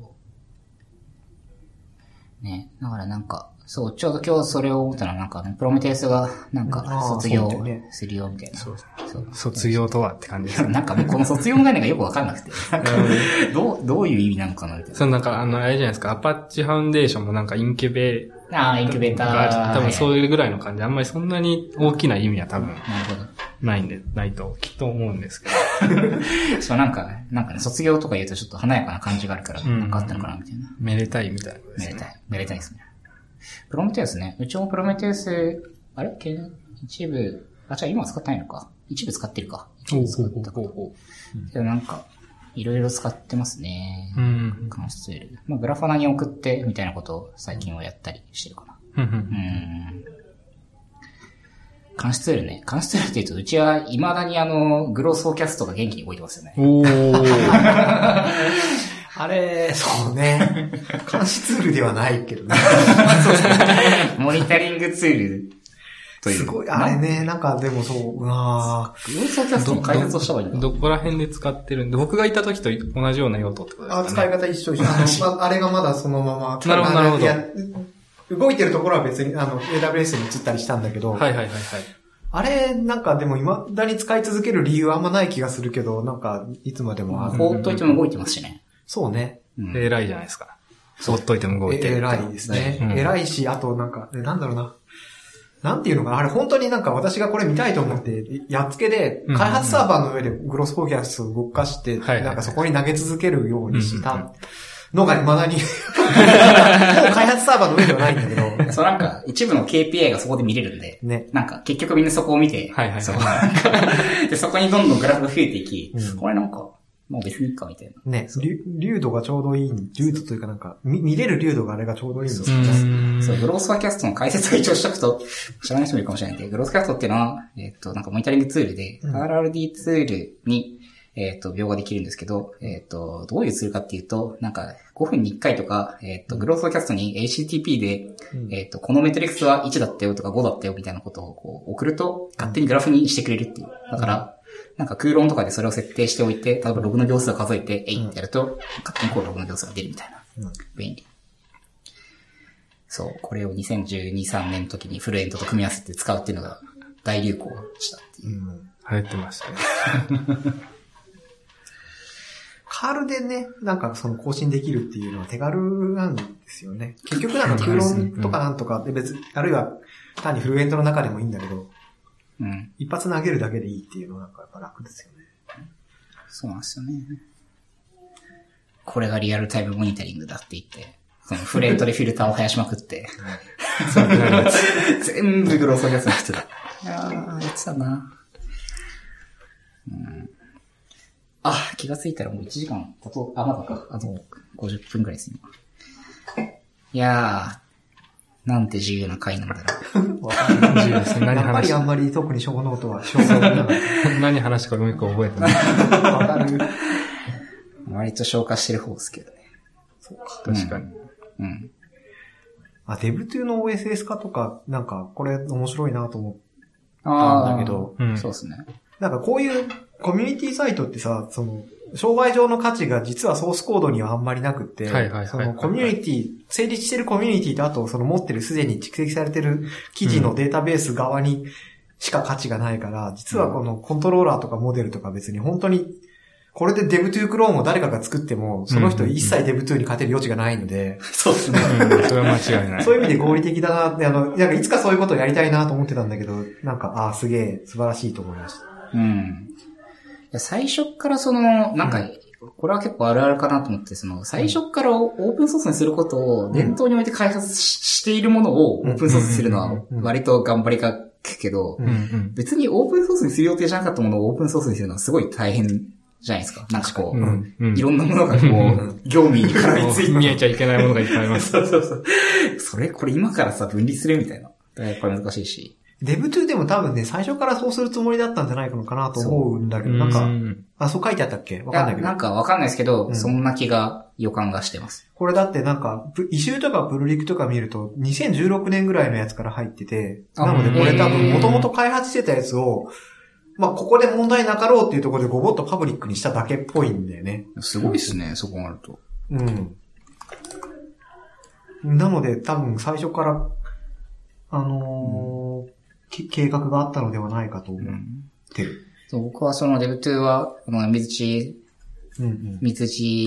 ね、だからなんか、そう、ちょうど今日それを思ったのはなんか、ね、プロメテウスがなんか卒業するよみたいな。そうそう。卒業とはって感じです、 ね。なんかもうこの卒業の概念がよくわかんなくて。なんかどう、どういう意味なのかなみたいな。 そう、なんかあの、あれじゃないですか、アパッチファウンデーションもなんかインキュベーああ、インキュベーター。 多分そういうぐらいの感じ。あんまりそんなに大きな意味は多分。なるほど。ないんで、ないと、きっと思うんですけど。そう、なんか、なんかね、卒業とか言うとちょっと華やかな感じがあるから、なんかあったのかなみたいな。 めでたいみたいな、ね。 めでたい。めでたいですね。プロメテウスね。うちもプロメテウス、あれ一部、あ、じゃあ今は使ってないのか。一部使ってるか。 おうほうほうほうほう。なんか、いろいろ使ってますね。うん。関数ツール。まあ、グラファナに送って、みたいなことを最近はやったりしてるかな。うん。うん。関数ツールね。関数ツールって言うと、うちは未だにあの、グロースフォーキャストが元気に動いてますよね。おー。 あれ、そうね。監視ツールではないけどね。 そうですね。モニタリングツールという。 すごい、あれね、なんかでもそう、うわぁ。グロースフォーキャストの開発をした方がいいんだ。 どこら辺で使ってるんで、僕がいた時と同じような用途ってことですかね。 あ、使い方一緒一緒。あの、まあ、あれがまだそのまま。 なるほど、なるほど。動いてるところは別に、あの、エーダブリューエス に移ったりしたんだけど。 はいはいはいはい。 あれ、なんかでも未だに使い続ける理由はあんまない気がするけど、なんか、いつまでも。 放っといても動いてますしね。 そうね。 うん、偉いじゃないですか。放っといても動いてる。 偉いですね。うん、偉いし、あとなんか、なんだろうな。なんていうのかな。あれ本当になんか私がこれ見たいと思って、やっつけで、開発サーバーの上でグロスフォーキャストを動かして、なんかそこに投げ続けるようにしたのが未だに、もう開発サーバーの上ではないんだけど。 そう、なんか一部の ケーピーアイ がそこで見れるんで、ね。なんか結局みんなそこを見て、はいはい、そう。で、そこにどんどんグラフが増えていき、うん、これなんか、もう別にいいかみたいな。 ね、流度がちょうどいい、流度というかなんか、見、見れる流度があれがちょうどいいんですね。そう、グロースファーキャストの解説を一応しとくと、知らない人もいるかもしれないんで、グロースファーキャストっていうのは、えっと、なんかモニタリングツールで、うん、アールアールディー ツールに、えっと、描画できるんですけど、えっと、どういうツールかっていうと、なんか、ごふんにいっかいとか、えっと、グロースファーキャストに エイチティーティーピー で、うん、えっと、このメトリクスははいちだったよとかごだったよみたいなことをこう送ると、勝手にグラフにしてくれるっていう。だから、なんか空論とかでそれを設定しておいて、例えばログの行数を数えて、えいってやると、勝手にこうログの行数が出るみたいな。うん、便利。そう、これをにせんじゅうに、さんねんの時にフルエントと組み合わせて使うっていうのが大流行したっていう。うん、 流行ってましたね。 カールでね、なんかその更新できるっていうのは手軽なんですよね。結局なんか空論とかなんとかで別、あるいは単にフルエントの中でもいいんだけど、うん、一発投げるだけでいいっていうのはなんかやっぱ楽ですよね。 そうなんですよね。これがリアルタイムモニタリングだって言って、そのフレートでフィルターを生やしまくって、全部グロースフォーキャストにしてた。いやー、やってたな。うん、あ、気がついたらもういちじかん、あと、あ、まだか。あとごじゅっぷんくらいですね。いやー、なんて自由な回なんだろう。 自由ですね。何話やっぱりあんまり特に小ノートは小ノート何話かもう一個覚えてない。わかる。 割と消化してる方ですけどね。 そうか。確かに。うん。うん、 あ、デブトゥーの オーエスエス 化とか、なんか、これ面白いなと思ったんだけど。 うん、そうですね。 なんかこういうコミュニティサイトってさ、その、商売上の価値が実はソースコードにはあんまりなくって、そのコミュニティ、成立してるコミュニティとあとその持ってるすでに蓄積されてる記事のデータベース側にしか価値がないから、実はこのコントローラーとかモデルとか別に本当に、これで デブトゥ クローンを誰かが作っても、その人一切 デブトゥ に勝てる余地がないので。 そうですね。 それは間違いない。 そういう意味で合理的だなって、あの、なんかいつかそういうことをやりたいなと思ってたんだけど、なんか、ああ、すげえ素晴らしいと思いました。 うん。最初からその、なんか、うん、これは結構あるあるかなと思って、その、最初からオープンソースにすることを念頭に置いて開発 し,、うん、しているものをオープンソースにするのは割と頑張りがくけど、うんうん、別にオープンソースにする予定じゃなかったものをオープンソースにするのはすごい大変じゃないですか。なんかこう、うんうん、いろんなものがこう、業務に絡みついて。 見えちゃいけないものがいっぱいあります。 そうそうそう。それ、これ今からさ、分離するみたいな。やっぱり難しいし。 デブトゥでも多分ね、最初からそうするつもりだったんじゃないのかなと思うんだけど、なんか、あ、そう書いてあったっけわかんないけど。 なんかわかんないですけど、うん、そんな気が、予感がしてます。 これだってなんか、イシューとかプルリクとか見ると、にせんじゅうろくねんぐらいのやつから入ってて、なのでこれ多分元々開発してたやつを、まあ、ここで問題なかろうっていうところでごぼっとパブリックにしただけっぽいんだよね。 すごいですね、そこがあると。 うん。なので多分最初から、あのー、うん、計画があったのではないかと思ってる。うん、 そう僕はその デブトゥ は、あの、水地、うんうん、水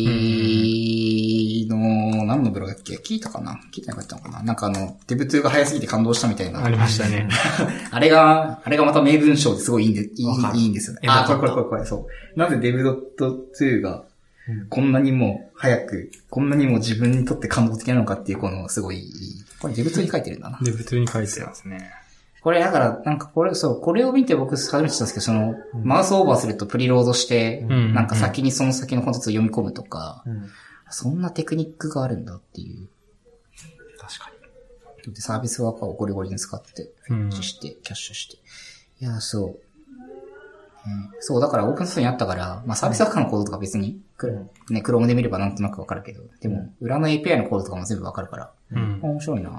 地の、何のブログだっけ聞いたかな聞いてなかったのかななんかあの、デブトゥ が早すぎて感動したみたいな。 ありましたね。 あれが、あれがまた名文章ですごいいいんで、いい、いいんですよね。あ、これこれこれこれ、そう。なぜ デブドットトゥ が、こんなにも早く、こんなにも自分にとって感動的なのかっていう、この、すごいいい。これ デブトゥ に書いてるんだな。 デブトゥ に書いてますね。 これだから、なんかこれ、そう、これを見て僕初めて知ったんですけど、その、うん、マウスオーバーするとプリロードして、うん、なんか先にその先のコンテンツを読み込むとか、うん、そんなテクニックがあるんだっていう。 確かに。で、サービスワーカーをゴリゴリに使って、フェッチして、キャッシュして。いや、そう。えー、そう、だからオープンソースにあったから、まあサービスワーカーのコードとか別に、うん、ね、Chrome で見ればなんとなくわかるけど、でも、裏の エーピーアイ のコードとかも全部わかるから、うん、面白いなと思って。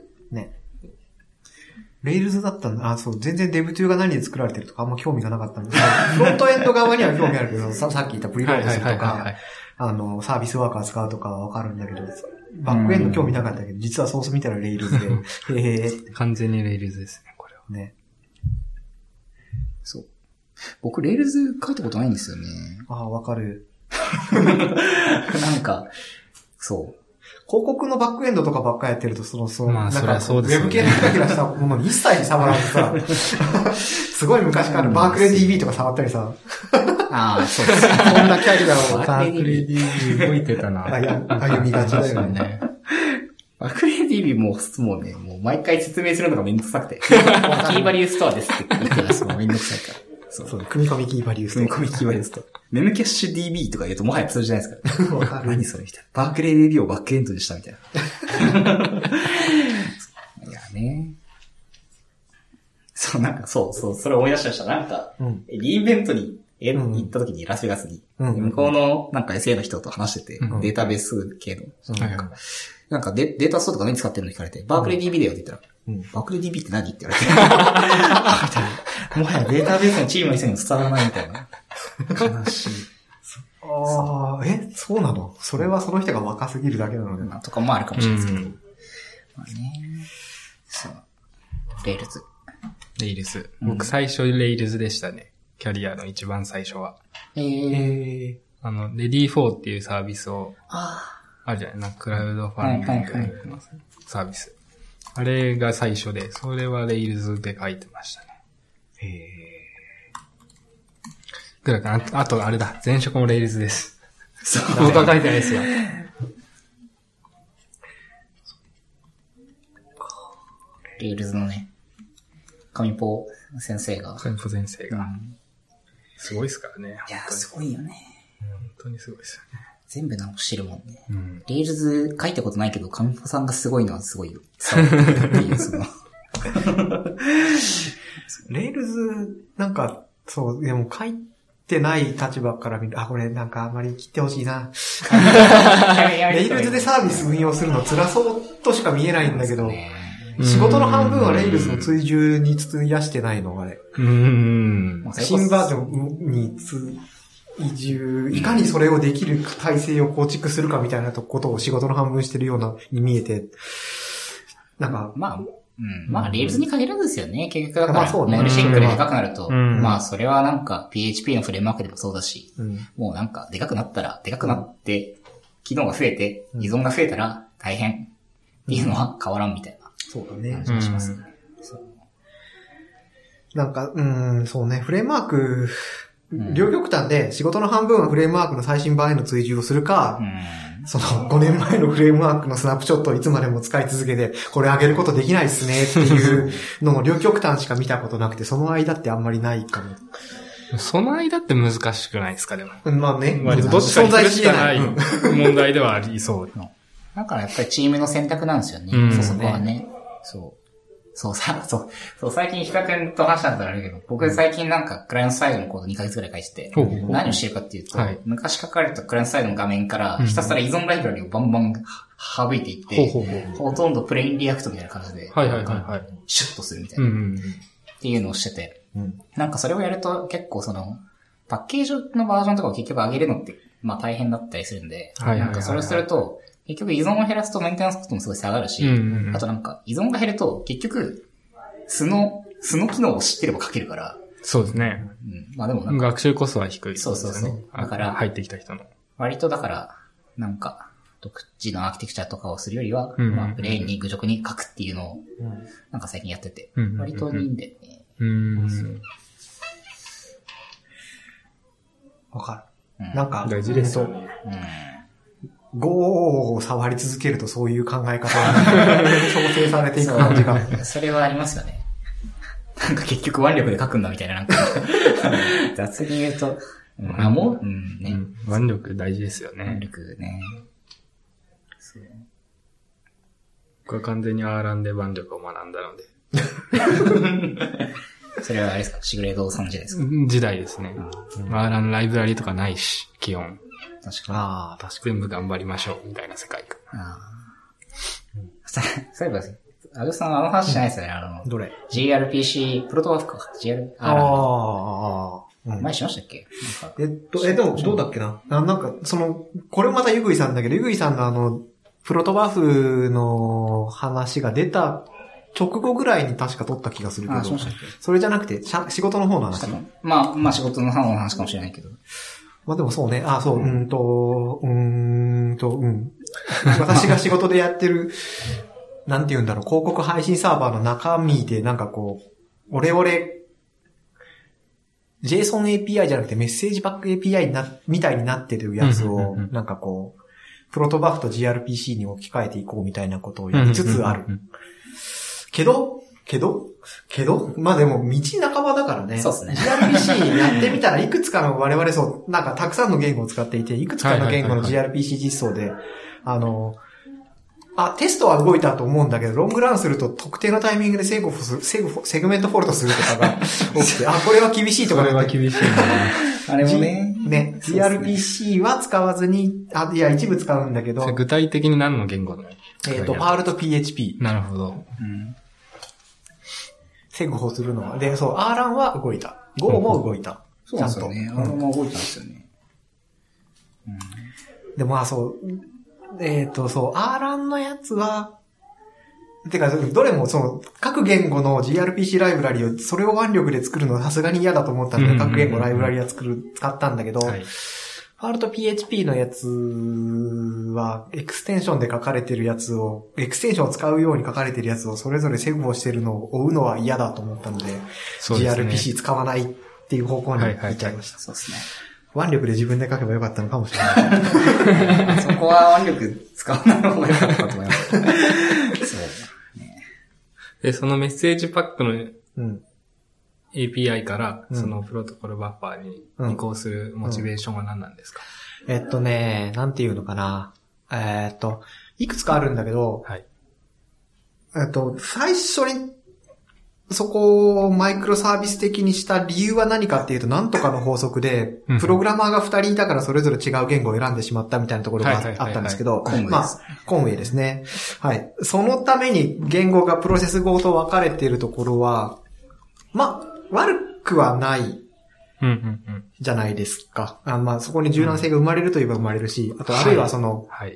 ね。レイルズだったんだ。あ、そう、全然デブトゥ が何で作られてるとかあんま興味がなかったんですけど、フロントエンド側には興味あるけど、さ, さっき言ったプリロードするとか、あの、サービスワーカー使うとかはわかるんだけど、バックエンド興味なかったけど、実はソース見たらレイルズで、へーって。 完全にレイルズですね、これは。 ね。 そう。僕、レイルズ書いたことないんですよね。 ああ、わかる。 なんか、そう。 広告のバックエンドとかばっかやってると、その、その、 まあ、 なんか、そうですね、 ウェブ系のキラキラしたものに一切触らずさ、すごい昔からバークレー ディービー とか触ったりさ、 ああ、そうですね。 そんなキャリアを。 バークレー ディービー 動いてたな。 歩みがちだよね。 バークレー ディービー も、もうね、もう毎回説明するのがめんどくさくて。キーバリューストアですって言ってます。もうめんどくさいから。 そう。そう、組み込みキーバリューストア。 組み込みキーバリューストア。メムキャッシュ ディービー とか言うともはや通じないですから。何それみたいな。バークレー ディービー をバックエンドにしたみたいな。いやね。そう、なんかそうそう、それ思い出しました。なんか、うん、リインベントに行った時にラスベガスに、うん、向こうのなんか エスエー の人と話してて、うん、データベース系の。うん、なんか、なんかデータストアとか何使ってるの聞かれて、バークレー ディービー だよって言ったら、うん、バークレー ディービー って何って言われて。もはやデータベースのチームの人にも伝わらないみたいな。悲しい。 ああ、え、そうなの？それはその人が若すぎるだけなので、 まあ、とかもあるかもしれないですけど。まあね。そう。レイルズ。 レイルズ。僕最初レイルズでしたね。キャリアの一番最初は。 えー、 あの、レディーフォーっていうサービスを、あるじゃないなんかクラウドファンディングのサービス。あれが最初で、それはレイルズで書いてましたね。 へー。 ぐらいかな。あと、あれだ。前職もレイルズです。そう。僕は書いてないですよ。 レイルズのね、上ポ先生が。 上ポ先生が。うん、すごいですからね。 いや、すごいよね。 本当にすごいですよね。 全部直してるもんね。うん、レイルズ書いたことないけど、上ポさんがすごいのはすごいよ。伝わってくるっていう、その。 レイルズ、なんか、そう、でも書いてない立場から見る、あ、これなんかあんまり切ってほしいな。レイルズでサービス運用するの辛そうとしか見えないんだけど、仕事の半分はレイルズの追従に費やしてないの、あれ。 うーん。 新バージョンに追従、いかにそれをできる体制を構築するかみたいなことを仕事の半分してるようなに見えて、なんか、 まあ、 うん。まあ、レールズに限らずですよね。結局だから、まあそうね、モデルシンクででかくなると、うん、まあ、それはなんか ピーエイチピー のフレームワークでもそうだし、うん、もうなんか、でかくなったら、でかくなって、機能が増えて、依存が増えたら大変っていうのは変わらんみたいな。 そうだね。 感じがしますね。 なんか、うん、そうね、フレームワーク、両極端で仕事の半分はフレームワークの最新版への追従をするか、うん、そのごねんまえのフレームワークのスナップショットをいつまでも使い続けて、これ上げることできないっすねっていうのの両極端しか見たことなくて、その間ってあんまりないかも。 その間って難しくないですか、でも。 まあね。 割とどっちかにするしかない問題ではありそう。 だからやっぱりチームの選択なんですよね。うん、そう、そこはね。そう。そうさ、そう、そう、最近ヒカ君と話したんだったらあるけど、僕最近なんかクライアントサイドのコードにかげつくらい書いてて、うん、何をしてるかっていうと、はい、昔書かれたクライアントサイドの画面からひたすら依存ライブラリをバンバン省いていって、うん、ほとんどプレインリアクトみたいな感じで、 はいはいはいはい、 シュッとするみたいな、うん、っていうのをしてて、うん、なんかそれをやると結構その、パッケージのバージョンとかを結局上げるのって、まあ大変だったりするんで、はいはいはいはい、なんかそれをすると、結局依存を減らすとメンテナンスコストもすごい下がるし、うんうんうん、あとなんか依存が減ると結局、素の、素の機能を知ってれば書けるから。 そうですね。 うん。まあでもなんか。学習コストは低い、ね。 そうそうそう。だから、 入ってきた人の。 割とだから、なんか、独自のアーキテクチャとかをするよりは、うんうんうん、まあ、プレーンに愚直に書くっていうのを、うん、なんか最近やってて、うんうんうん、割といいんでね。 うん。わかる。うん、なんか、 大事ですよね。うん。Go を触り続けるとそういう考え方が調整されていく感じが。 そ, それはありますよね。なんか結局腕力で書くんだみたいな、なんか雑に言うと、あ、もう、うんね、 うん。腕力大事ですよね。 腕力ね。そう。 僕は完全にアーランで腕力を学んだので。 それはあれですか、シグレードさん時代ですか？ 時代ですね。うん、アーランライブラリとかないし、基本。 確かに。 ああ、確かに。全部頑張りましょう、みたいな世界観。ああ。 そういえば、アドさんあの話しないですよね、あの。 どれジーアールピーシー、プロトワークか。ジーアール、 ああ、 うん、前しましたっけ？ なんかえっと、え、でも、どうだっけなあなんか、その、これまたゆぐいさんだけど、ゆぐいさんのあの、プロトバフの話が出た直後ぐらいに確か撮った気がするけど。 あ、そうしたっけ？ それじゃなくて、仕事の方の話。 まあ、まあ仕事の方の話かもしれないけど。 まあでもそうね。あ、そう、うん、うんと、うーんと、うん。私が仕事でやってる、なんて言うんだろう、広告配信サーバーの中身でなんかこう、オレオレ、JSON エーピーアイ じゃなくてメッセージバック エーピーアイ にな、みたいになってるやつを、なんかこう、プロトバフと ジーアールピーシー に置き換えていこうみたいなことをやりつつある。けど、けどけどまあでも、道半ばだからね。 そうですね。 ジーアールピーシー やってみたらいくつかの我々そう、なんかたくさんの言語を使っていて、いくつかの言語の ジーアールピーシー 実装で、あの、あ、テストは動いたと思うんだけど、ロングランすると特定のタイミングでセグフすセグセグメントフォルトするとかが起きて、あ、これは厳しいとか。 これは厳しいね。 あれもね。 ね、ジーアールピーシー は使わずに、あ、いや、一部使うんだけど。 具体的に何の言語なの？ えっと、パールと ピーエイチピー。 なるほど。うん。 セグフするのは。で、そう、アーランは動いた。Go も動いた。 そうなんですよね。アーランも動いたんですよね。 うん。でも、あ、そう、えっと、そう、アーランのやつは、てか、どれもその、各言語の ジーアールピーシー ライブラリを、それを腕力で作るのはさすがに嫌だと思ったので、各言語ライブラリは作る、使ったんだけど、はい、パールと ピーエイチピー のやつは、エクステンションで書かれてるやつを、エクステンションを使うように書かれてるやつをそれぞれセグをしてるのを追うのは嫌だと思ったので、でね、ジーアールピーシー 使わないっていう方向に行っちゃいました。はいはいはい、 そうですね。 腕力で自分で書けばよかったのかもしれない。 そこは腕力使わない方がよかったと思います。そうね。で、そのメッセージパックの エーピーアイ から、そのプロトコルバッファーに移行するモチベーションは何なんですか？ うんうん、えっとね、なんていうのかな。えー、っと、いくつかあるんだけど、はい、えっと、最初に、そこをマイクロサービス的にした理由は何かっていうと、なんとかの法則で、プログラマーがふたりいたからそれぞれ違う言語を選んでしまったみたいなところがあったんですけど、まあ、コンウェイですね。はい。そのために言語がプロセスごと分かれているところは、まあ、悪くはない。じゃないですか。あまあ、そこに柔軟性が生まれるといえば生まれるし、あと、あるいはその、はいはい、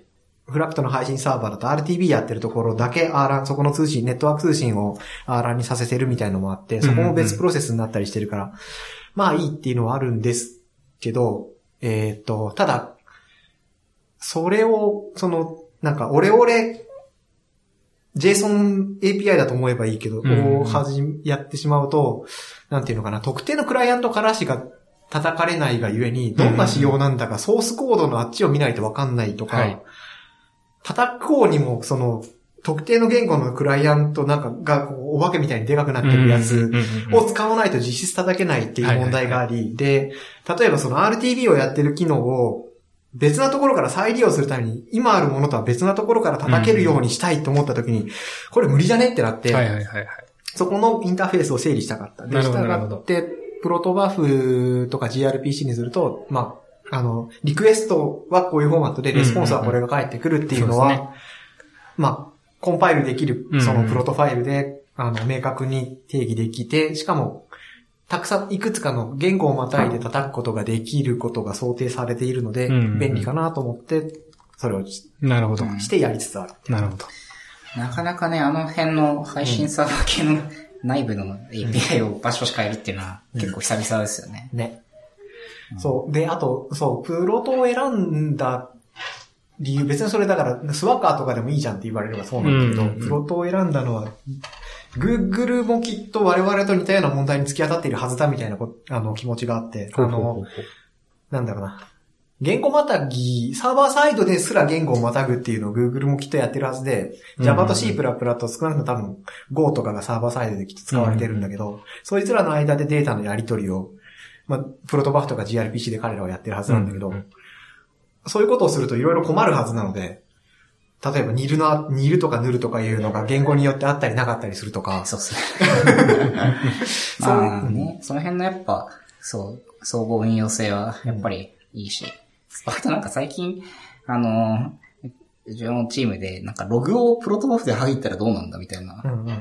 フラクトの配信サーバーだと アールティービー やってるところだけ アールエー、そこの通信、ネットワーク通信を アールエー にさせてるみたいのもあって、そこも別プロセスになったりしてるから、うんうん、まあいいっていうのはあるんですけど、えっと、ただ、それを、その、なんか、オレオレ、JSON エーピーアイ だと思えばいいけど、をはじ、やってしまうと、なんていうのかな、特定のクライアントからしか叩かれないがゆえに、どんな仕様なんだか、ソースコードのあっちを見ないとわかんないとか、はい、叩く方にも、その、特定の言語のクライアントなんかが、お化けみたいにでかくなってるやつを使わないと実質叩けないっていう問題があり、で、例えばその アールティービー をやってる機能を別なところから再利用するために、今あるものとは別なところから叩けるようにしたいと思ったときに、これ無理じゃねってなって、そこのインターフェースを整理したかった。で、したがって、プロトバフとか ジーアールピーシー にすると、まあ、あの、リクエストはこういうフォーマットで、レスポンスはこれが返ってくるっていうのは、うんうんうんね、まあ、コンパイルできる、そのプロトファイルで、うんうん、あの、明確に定義できて、しかも、たくさん、いくつかの言語をまたいで叩くことができることが想定されているので、うんうんうん、便利かなと思って、それをなるほどしてやりつつある。 なるほど。 なかなかね、あの辺の配信サーバー系の内部の エーピーアイ をバシバシ変えるっていうのは結構久々ですよね。 うん、ね。そう。で、あと、そう、プロトを選んだ理由、別にそれだから、スワッカーとかでもいいじゃんって言われればそうなんだけど、うんうんうん、プロトを選んだのは、Google もきっと我々と似たような問題に突き当たっているはずだみたいなあの気持ちがあって、あの、なんだろうな。言語またぎ、サーバーサイドですら言語をまたぐっていうのを Google もきっとやってるはずで、Java と C++ と少なくとも多分 Go とかがサーバーサイドできっと使われてるんだけど、うん、そいつらの間でデータのやり取りを、まあ、プロトバフとか ジーアールピーシー で彼らはやってるはずなんだけど、うん、そういうことをするといろいろ困るはずなので、例えば、煮るの、煮るとか塗るとかいうのが言語によってあったりなかったりするとか。 そうっすね。まあね、その辺のやっぱ、そう、総合運用性はやっぱりいいし。あとなんか最近、あの、自分のチームで、なんかログをプロトバフで入ったらどうなんだみたいな。うんうんうん、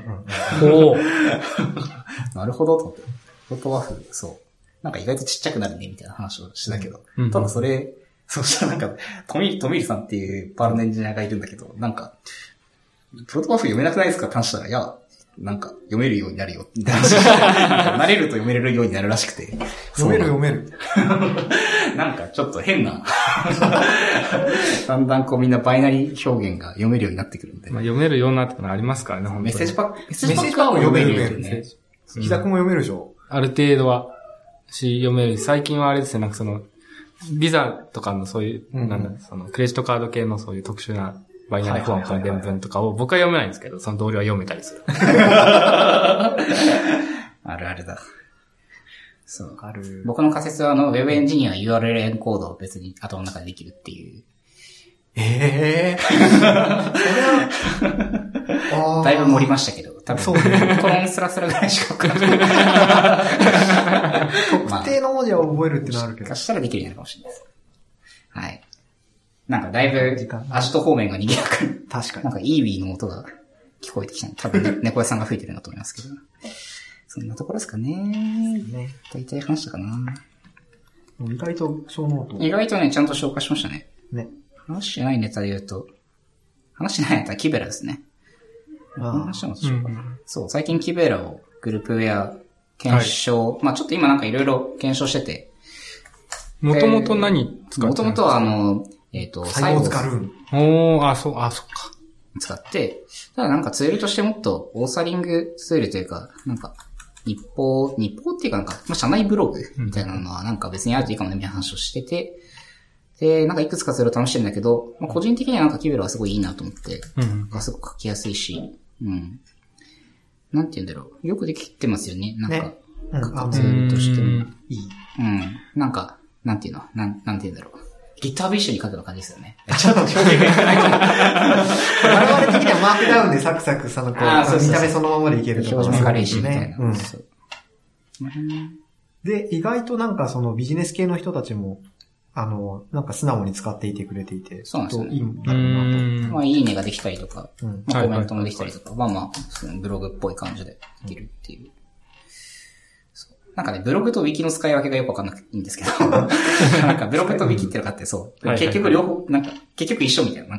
おなるほどと思って。プロトバフ、そう。なんか意外とちっちゃくなるねみたいな話をしてたけど。うんうん、ただそれ、そうしたらなんか、トミー、トミールさんっていうパールのエンジニアがいるんだけど、なんか、プロトバフ読めなくないですかって話したら、いや、なんか、読めるようになるよ、みたいな話慣れると読めれるようになるらしくて。 読める読める。 なんか、ちょっと変な。だんだんこうみんなバイナリー表現が読めるようになってくるんで。 まあ、読めるようになってのありますからね、本当に。 メッセージパック、メッセージパックも読めるよね。ヒダクも読めるでしょ、 うん、ある程度は、し、読める。最近はあれですね、なんかその、ビザとかのそういう、うん、なんだ、その、クレジットカード系のそういう特殊なバイナリーフォーマットの伝文とかを僕は読めないんですけど、その同僚は読めたりする。 あるあるだ。そう。ある。僕の仮説はあの、ウェブエンジニア ユーアールエル エンコードを別に頭の中でできるっていう。 ええー。それは、だいぶ盛りましたけど、多分。そうね。コロンスラスラぐらいしか分からない。特定の文字を覚えるってのあるけど。 まあ、したらできるようになるかもしれないです。はい。なんかだいぶ、アジト方面が賑やかに。 確かに。 なんかイービーの音が聞こえてきた多分、ね、猫屋さんが吹いてるんだと思いますけど。そんなところですかね。ね。大体話したかな。 意外と小ノート。 意外とね、ちゃんと消化しましたね。 ね。 話してないネタで言うと、話してないネタはキベラですね。ああ。話してますでしょうか、うん、そう、最近キベラをグループウェア検証、はい、まあちょっと今なんかいろいろ検証してて。 もともと何使ってたんですか？ もともとはあの、えっ、ー、と、 サイボーズカルーン。 おー、あ、そう、あ、そっか。 使って、ただなんかツールとしてもっとオーサリングツールというか、なんか、日報、日報っていうかなんか、まあ、社内ブログみたいなのはなんか別にあるといいかもねみたいな話をしてて、で、なんかいくつかツールを試してるんだけど、まあ、個人的にはなんかキベラはすごいいいなと思って、うん、すごく書きやすいし、うん。なんて言うんだろう。よくできてますよね。なんか、ね、うん、ツールとしても。いい。うん。なんか、なんていうのなん、なんて言うんだろう。GitHub 一緒に書くような感じですよね。 ちょっと表現がないかな。我々的にはマークダウンでサクサクそのこう、そうそうそう見た目そのままでいけるとか。 表示も軽いしみたいな。うん。 で、意外となんかそのビジネス系の人たちも、あの、なんか素直に使っていてくれていて、 そうなんですよね。 いいんだろうなと。 まあ、いいねができたりとか、うん、まあ、コメントもできたりとか、はいはいはい、まあまあ、ブログっぽい感じでできるっていう。なんかね、ブログとウィキの使い分けがよくわかんなくていいんですけど、なんかブログとウィキってのがあって、そう。結局両方、なんか、結局一緒みたいな、なんか、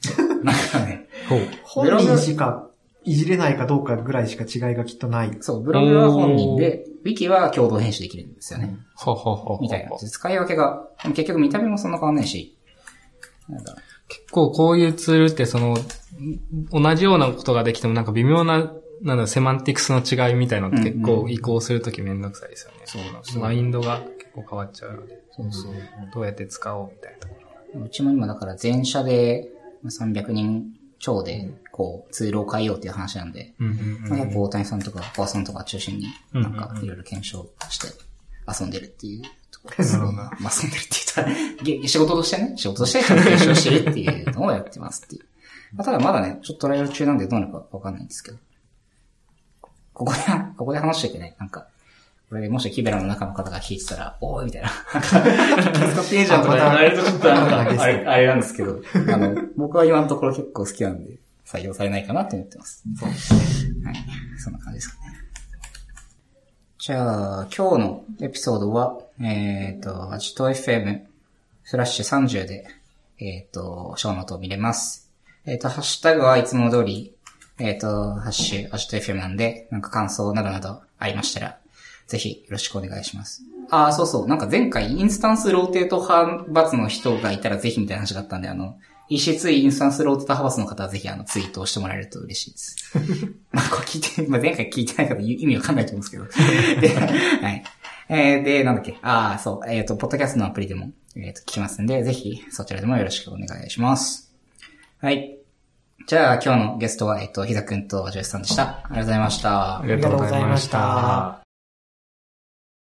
なんかね、 本人しかいじれないかどうかぐらいしか違いがきっとない。 そう、ブログは本人で、ウィキは共同編集できるんですよね。 ほほほほ。 みたいな。使い分けが、結局見た目もそんな変わんないし。 なんか結構こういうツールってその、同じようなことができてもなんか微妙な、なんだセマンティクスの違いみたいなのって結構移行するときめんどくさいですよね。 そうなんです。 マインドが結構変わっちゃうので。そうそう。どうやって使おうみたいなところ。うちも今だから全社でさんびゃくにん超で、こう、ツールを変えようっていう話なんで、結構大谷さんとか小川さんとか中心になんかいろいろ検証して遊んでるっていうところですね。まあ遊んでるって言ったら、仕事としてね、仕事として検証してるっていうのをやってますっていう。まあ、ただまだね、ちょっとトライアル中なんでどうなるかわかんないんですけど、ここで、ここで話しててね、なんか、これもしキベラの中の方が聞いてたら、おーいみたいな。使っていいじゃんとか言われるとちょっとなんか、あれ、あれなんですけど、あの、僕は今のところ結構好きなんで、採用されないかなと思ってます。そうですね。はい。そんな感じですかね。じゃあ、今日のエピソードは、えっと、アジト エフエム、フラッシュさんじゅうで、えっと、ショーノートを見れます。えっと、ハッシュタグはいつも通り、えっと、ハッシュ、アジト エフエム なんで、なんか感想などなどありましたら、ぜひよろしくお願いします。ああ、そうそう。なんか前回インスタンスローテート派閥の人がいたらぜひみたいな話があったんで、あの、イーシーツー インスタンスローテート派閥の方はぜひあのツイートをしてもらえると嬉しいです。まあこれ聞いて、まあ前回聞いてない方意味わかんないと思うんですけど。で、はい。えー、で、なんだっけ。ああ、そう。えっと、ポッドキャストのアプリでも、えっと、聞きますんで、ぜひそちらでもよろしくお願いします。はい。じゃあ今日のゲストは、えっと、ひざくんとジョイスさんでした。ありがとうございました。 ありがとうございました。